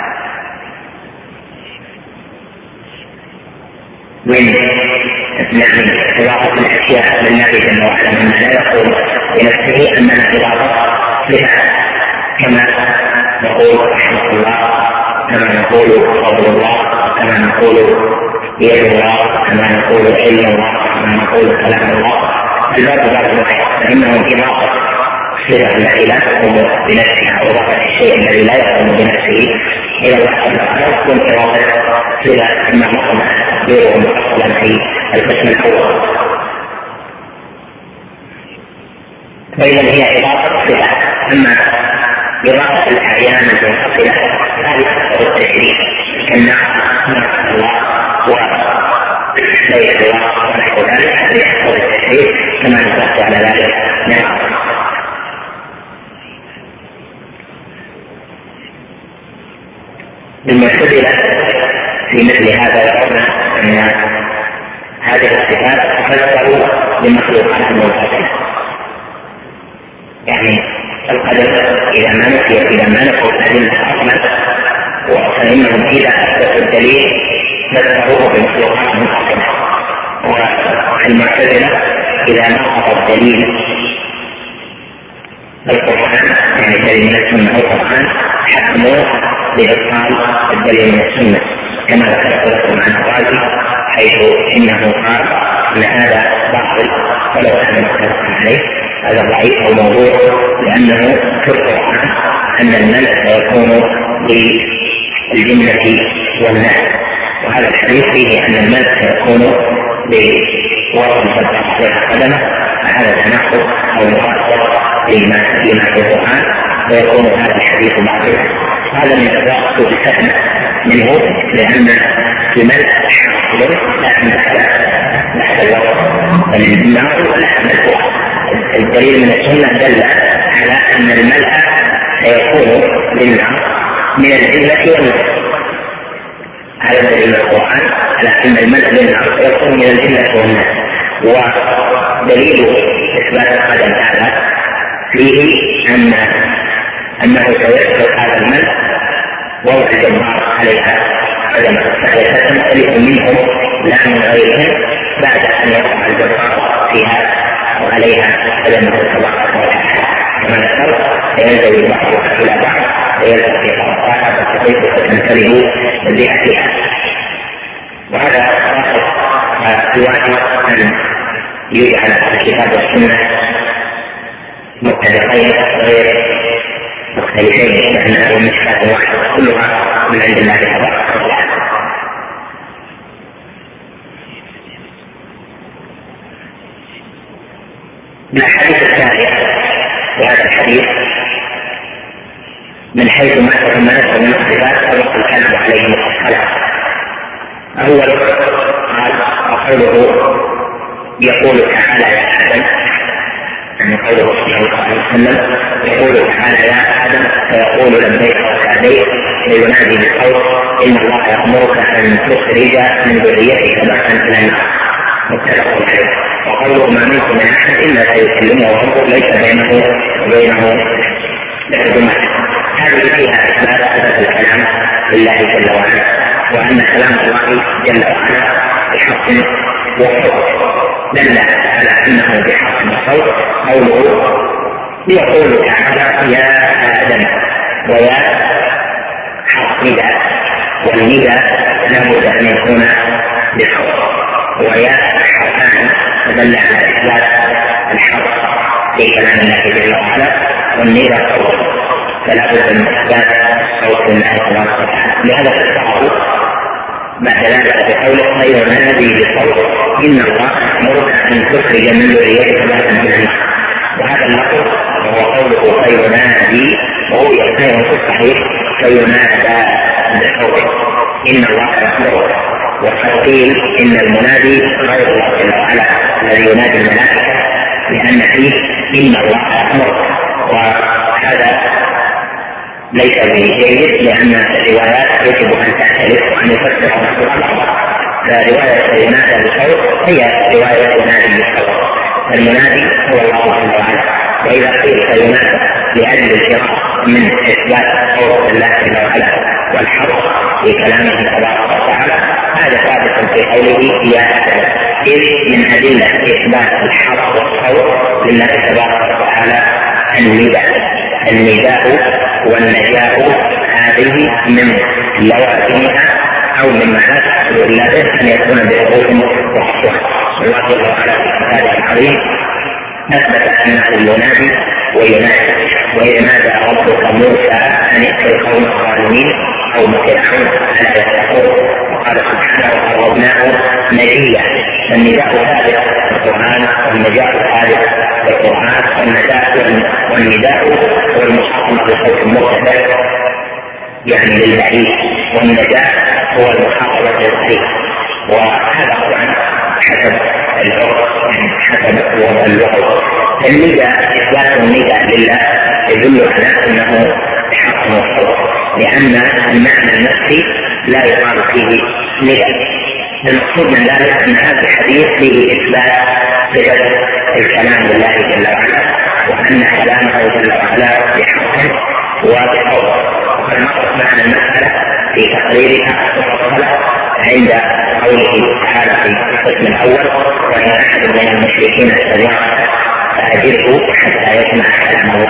من نعم إضافة الأشياء لله جل وعلا مما لا يقول بنفسه أنها إضافة صفات، كما نقول رحمة الله، كما نقول فضل الله، كما نقول يد الله، كما نقول علم الله، كما نقول كلام الله. الباب باب واحد، فإنه إضافة صفة التي لا تقوم بنفسها، وإضافة الشيء الذي لا يقوم بنفسه إلى الله سبحانه وتعالى، تكون إضافة صفة كما نقول تقديره مفصلا في القسم الأول. فإذا هي إضافة صفة. أما إضافة الأعيان المنفصلة هذه تقتضي التشريف، كالنعم الله وليس الله ونحو ذلك، هذه تقتضي التشريف كما نصحت على ذلك. نعم. المعتزلة في مثل هذا يرون أن هذه الصفات تفسر بمخلوقات منفصلة، يعني القدر إذا ما نفيت إذا ما نفوا الأدلة أصلا، فإنهم إذا أثبتوا الدليل فسروه بمخلوقات منفصلة. والمعتزلة إذا نقض الدليل القرآن يعني الدليل من السنة القرآن حكموا بإبطال الدليل من السنة، كما ذكرت لكم عن الرازي حيث إنه قال أن هذا باطل ولو كان مختلفا عليه، هذا ضعيف أو موضوع لأنه في القرآن أن الملك سيكون للجنة والناس، وهذا الحديث فيه أن الملك سيكون بوصف سبع قدمه، فهذا تناقض أو مخالف لما في القرآن، ويكون هذا الحديث باطلا. هذا من الرأس السهل منه، لأن الملك حق لكن تحت الوضع فالنار ولحم الفوق. الدليل من السنة دل على أن الملأ سيكون للنار من الجنة والناس، هذا دليل من القرآن على أن الملأ للنار سيكون من الجنة والناس. ودليل إثبات القدم هذا فيه أن أنه سيسبق هذا الملأ وضع الجبار عليها قدمه، فهي تختلف منهم لا من غيرهم بعد أن يقع الجبار فيها وعليها قدمه تبارك وتعالى. كما ذكرت سينزوي بعضها إلى بعض ويلتقي بعضها فتحيط فتنتبه بأهلها، وهذا الواجب أن يجعل الكتاب والسنة متفقين غير مختلفين، لأنها مشكلة واحدة كلها من عند الله تبارك وتعالى. الحديث الثاني في هذا الحديث من حيث ما تضمنته من الصفات سبق الكلام عليه الصلاة. أول قال وقوله يقول تعالى يا آدم، يعني قوله صلى الله عليه وسلم يقول تعالى يا آدم فيقول لبيك وسعديك، فينادي بالصوت إن الله يأمرك أن تخرج من ذريتك بأسا إلى النار، متفق عليه. وقوله ما منكم من أحد إلا سيكلمه ربه ليس بينه وبينه ترجمان. هذه فيها إثبات صفة الكلام لله جل وعلا، وأن كلام الله جل وعلا بحق وصوت، دل على أنه بحق وصوت. قوله يقول تعالى يا آدم، ويا حق نداء، والنداء لابد أن يكون بصوت، ويا حقان دل على إثبات الحق في كلام الله جل وعلا، والنداء صوت، فلا بد من إثبات صوت الله تبارك وتعالى. لهذا فسره بعد ذلك بقوله فينادي بصوت إن الله يأمرك أن تخرج من ذريتك بأسا إلى النار. وهذا اللفظ وهو قوله فينادي، وهو يحتاج في الصحيح فينادى بصوت إن الله يأمرك، وقيل إن المنادي غير الله جل وعلا الذي ينادي الملائكة، لأن فيه إن الله يأمرك، وهذا ليس بجيد لأن الروايات يجب أن تعترف وأن يفسر بعضها. فرواية ينادى بصوت هي رواية ينادي بصوت، فالمنادي هو الله جل وعلا. وإذا قيل فينادى لأجل الفرار من إثبات صوت الله جل وعلا والحق في كلامه تبارك وتعالى، هذا ثابت في قوله يا آدم، إذ من أدلة إثبات الحق والصوت لله تبارك وتعالى النداء. النداء والنجاة هذه من لوازمها أو مما لا تحصل إلا به أن يكون بحروف وأصوات. الله جل وعلا في كتابه العظيم أثبت أنه ينادي وينادي، وإذ نادى ربك موسى أن ائت القوم الظالمين قوم فرعون ألا يتقون، وقال سبحانه وقربناه نجيا. فالنداء ثابت في القرآن، والنجاة ثابت في القرآن، والنداء هو المخاطبة بصوت مرتفع يعني للبعيد، والنجاة هو المخاطبة للقريب. وهذا طبعا حسب العرف حسب وضع اللغة. النداء إثبات النداء لله يدل على أنه حق وصوت، لأن المعنى النفسي لا يقال فيه نداء. المقصود من ذلك أن هذا الحديث فيه إثبات صفة الكلام لله جل وعلا، وأن كلامه جل وعلا بحق وبصوت. وقد مرت معنا المسألة في تقريرها مفصلة عند قوله تعالى في القسم الأول وإن أحد من المشركين استجارك فأجره حتى يسمع كلام الله،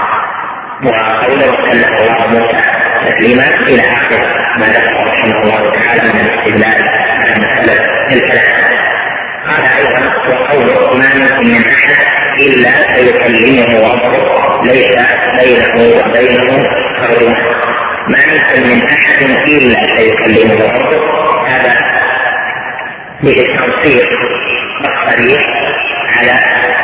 وقوله كلم الله موسى تكليما إلى آخر ما ذكر رحمه الله تعالى من الاستدلال على مسألة الكلام. قال أيضا وقوله ما منكم من أحد إلا سيكلمه ربه ليس بينه وبينه ترجمان، ما يمكن من احد الا سيكلمه ربه. هذا به التنصيص الصريح على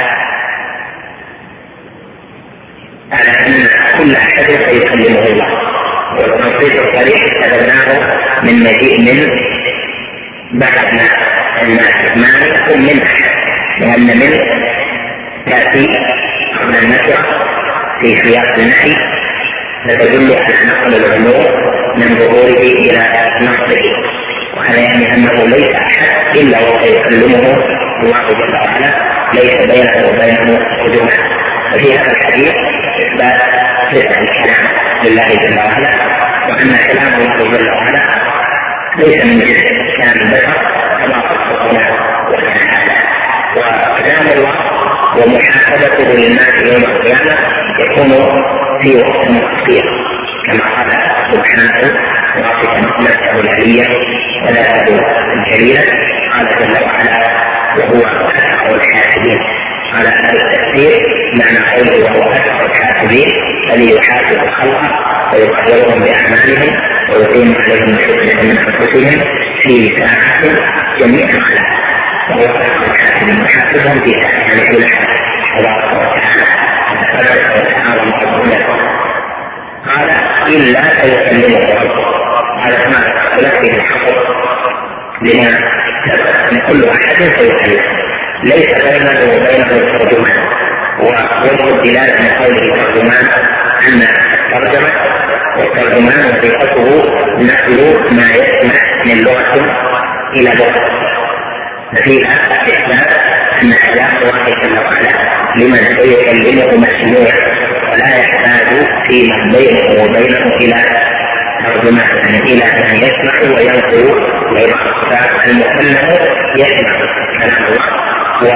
على ان كل احد سيكلمه الله، والتنصيص الصريح استفدناه من مجيء من بعد الناس ما يكون من احد، لان من تاتي من النكره في سياق النهي فتدل على نقل العموم من ظهوره الى نصره، وهذا يعني انه ليس احد الا وسيكلمه الله جل وعلا، ليس بينه وبينه ترجمان. وفي هذا الحديث اثبات صفه الكلام لله جل وعلا، وان كلام الله جل وعلا ليس من جنس كلام البشر كما قصصنا وتعالى. وكلام الله ومحاسبته للناس يوم القيامه يكون في وقت مخصيص كما قال سبحانه واصفا نفسه العليه وذاته الجليله، قال جل وعلا وهو اسرع الحاسبين. قال هذا التفسير معنى قوله وهو اسرع الحاسبين الذي يحاسب الخلق ويقدرهم باعمالهم ويقيم عليهم الحجه من انفسهم في ساعه جميع الخلق، وهو اسرع الحاسبين يحاسبهم في ساعه يعني في لحظه تبارك وتعالى تقدس وتعالى مقدمه. قال الا سيكلمه ربه، هذا ما اختلف فيه الحصر لما ان كل احد سيكلم، ليس بينه وبينه ترجمان. ووجه الدلاله من قوله ترجمان ان الترجمه والترجمان وظيفته نقل ما يسمع من لغه الى لغه، فيها اثبات ان كلام الله جل وعلا لمن سيكلمه مسموع ولا يحتاج فيما بينه وبينه الى ترجمان، يعني الى ان يسمع وينقل غيره. فالمكلم يسمع كلام الله،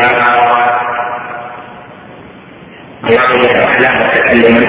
والله جل وعلا متكلم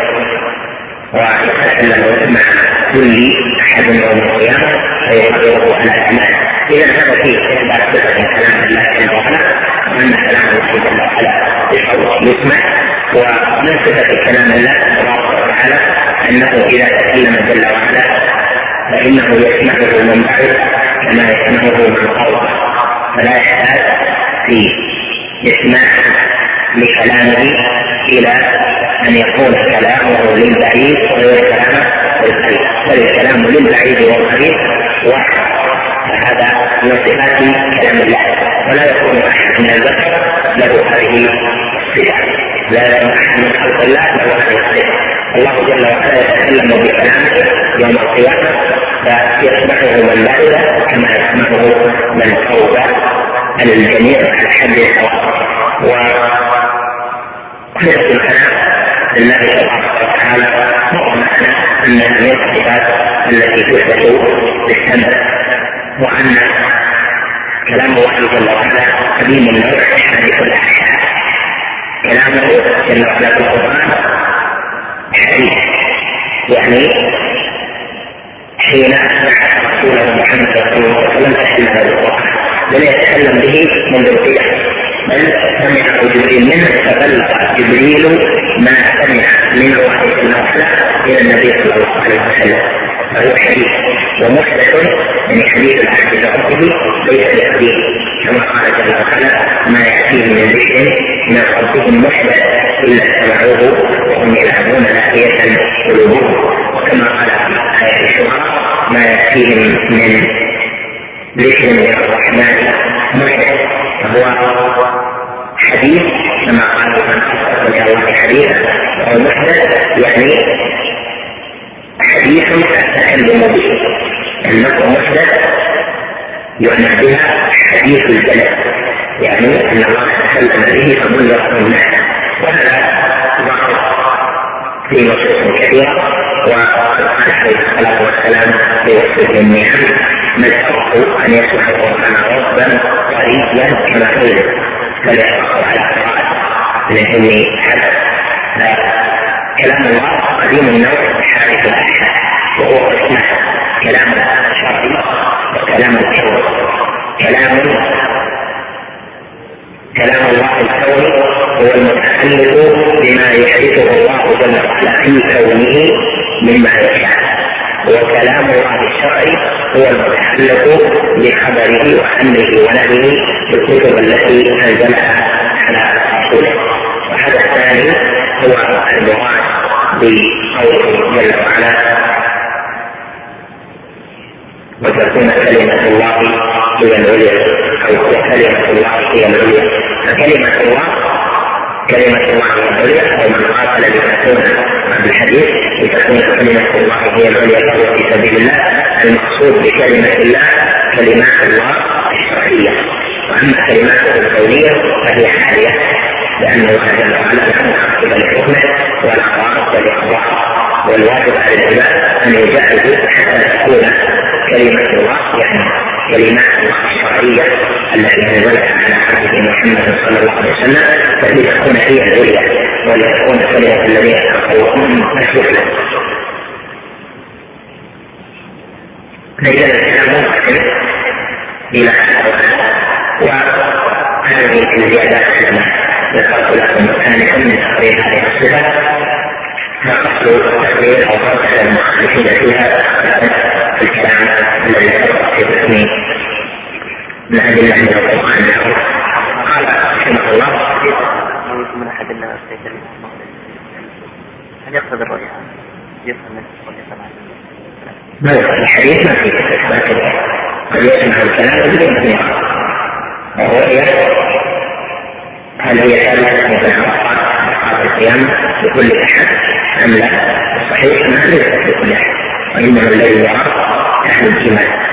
ويتكلم مع كل احد يوم القيامه فيقدره على الاعمال. اذا هذا فيه اثبات صفه كلام الله جل وعلا، وان كلام الله جل وعلا يسمع. ومن صفه كلام الله تبارك وتعالى انه اذا تكلم جل وعلا فانه يسمعه من بعد كما يسمعه من قوله، فلا يحتاج في اسماع لكلامه الى ان يكون كلامه للبعيد وغير كلامه للقريب، بل الكلام للبعيد والقريب واحد. فهذا من صفات كلام الله، ولا يكون احد من البشر له هذه الصفه، لا يكون احد من خلق الله له هذه الصفه. الله جل وعلا يتكلم بكلامه يوم القيامه فيسمعه من بعد كما يسمعه من فوق الجميع على حد سواء. وصفة الكلام لله تبارك وتعالى مر معنا أنها من الصفات التي تثبت بالسمع، وأن كلام الله جل وعلا قديم النوع حديث الأحياء. كلامه جل وعلا في القرآن حديث، يعني حين بعث رسوله محمد صلى الله عليه وسلم تكلم بالقرآن لم يتكلم به منذ القيامة، بل سمعه جبريل منه فبلغ جبريل ما سمع من الله جل وعلا الى النبي صلى الله عليه وسلم، فهو حديث ومحدث من حديث العهد بربه ليس بقديم، كما قال جل وعلا ما ياتيه من ذكر من ربهم محدث الا سمعوه وهم يلعبون لاهيه قلوبهم، وكما قال في ايه الشعراء ما ياتيهم من ذكر من الرحمن محدث، فهو حديث كما قال من أصدق الله حديثا، وهو محدث يعني حديث التكلم به، النص محدث يعنى بها حديث الجلد، يعني أن الله تكلم به فبلغه الناس. وهذا ظهر في نصوص كثيرة، وقال عليه الصلاة والسلام بوصفه النعم ما الفرق أن يسمع القرآن ربا طريا كما قيل فليقرأه على قراءته، لأني حدث كلام الله قديم النوع حادث الأحياء، وهو قسمه كلام شرعي وكلام الكون. كلام كلام الله الكوني هو المتعلق بما يحدثه الله جل في كونه مما يشاء. وكلام الله الشرعي هو المتعلق بخبره وامره ونهيه بالكتب التي انزلها على رسوله. وهذا الثاني هو المراد بقوله جل وعلا وتكون كلمة الله هي العليا أو كلمة الله هي العليا. فكلمة الله كلمة الله هي العليا، ومن قاتل لتكون الحديث لتكون كلمة الله هي العليا فهو في سبيل الله. المقصود بكلمة الله كلمات الله الشرعية، وأما كلماته الكونية فهي حالية، لأن الله جل وعلا لا معقب لحكمه ولا راد لقضائه، والواجب على العباد أن يجاهدوا حتى تكون كلمة الله يعني كلمات الله الشرعية التي نزلت على عبده محمد صلى الله عليه وسلم فلتكون هي العليا ولتكون كلمة الذين كفروا مسلوكا. فإذا الإسلام منقسم إلى وهذه الزيادات كما ذكرت لكم ثانيا من تقرير هذه الصفة، فأصل التقرير أو فرق المخالفين فيها في الكلام الذي سبق في قسم الأدلة من القرآن. قال رحمه الله من أحد الناس هل يقصد الرؤيا؟ يفهم الرؤيا طبعا ما يقصد الحديث ما فيه إثبات الرؤيا، قد يسمع الكلام بدون أن يرى. الرؤيا هل هي ثابتة مثل عرفات القيامة لكل أحد أم لا؟ الصحيح أنها ليست لكل أحد، وإنما الذي يرى أهل الإيمان.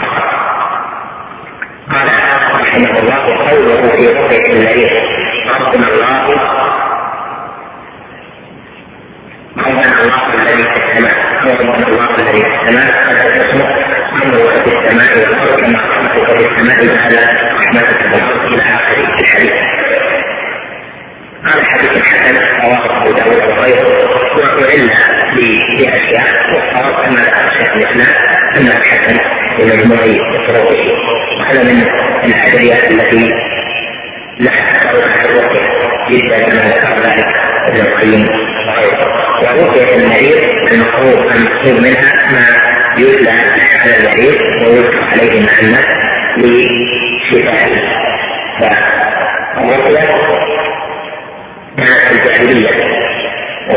قال رحمه الله وقوله في رؤية الذي ربنا الله ربنا الله الذي في السماء ربنا الله الذي في السماء هذا اسمه أمرك في السماء والأرض كما رحمتك في السماء وهذا رحمتك في الأرض إلى آخر الحديث. هذا الحديث الحسن رواه أبو داود وغيره وعل بأشياء والصواب كما ذكر شيخ الإسلام أنه حسن لمجموع طرقه، وهذا من الأدعية التي لها أثر الرقية جدا كما ذكر ذلك ابن القيم وغيره. ورقية المريض المفروض المقصود منها ما يتلى على المريض ويذكر عليه معنى لشفائه. فالرقية كانت الجاهلية و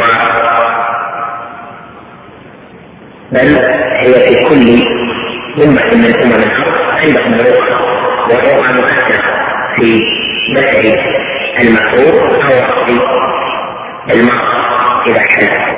بل هي في كل أمة من أمم الأرض عندهم الرقى، والرقى مؤثرة في بدء المفروض أو وقت المرض إذا حل.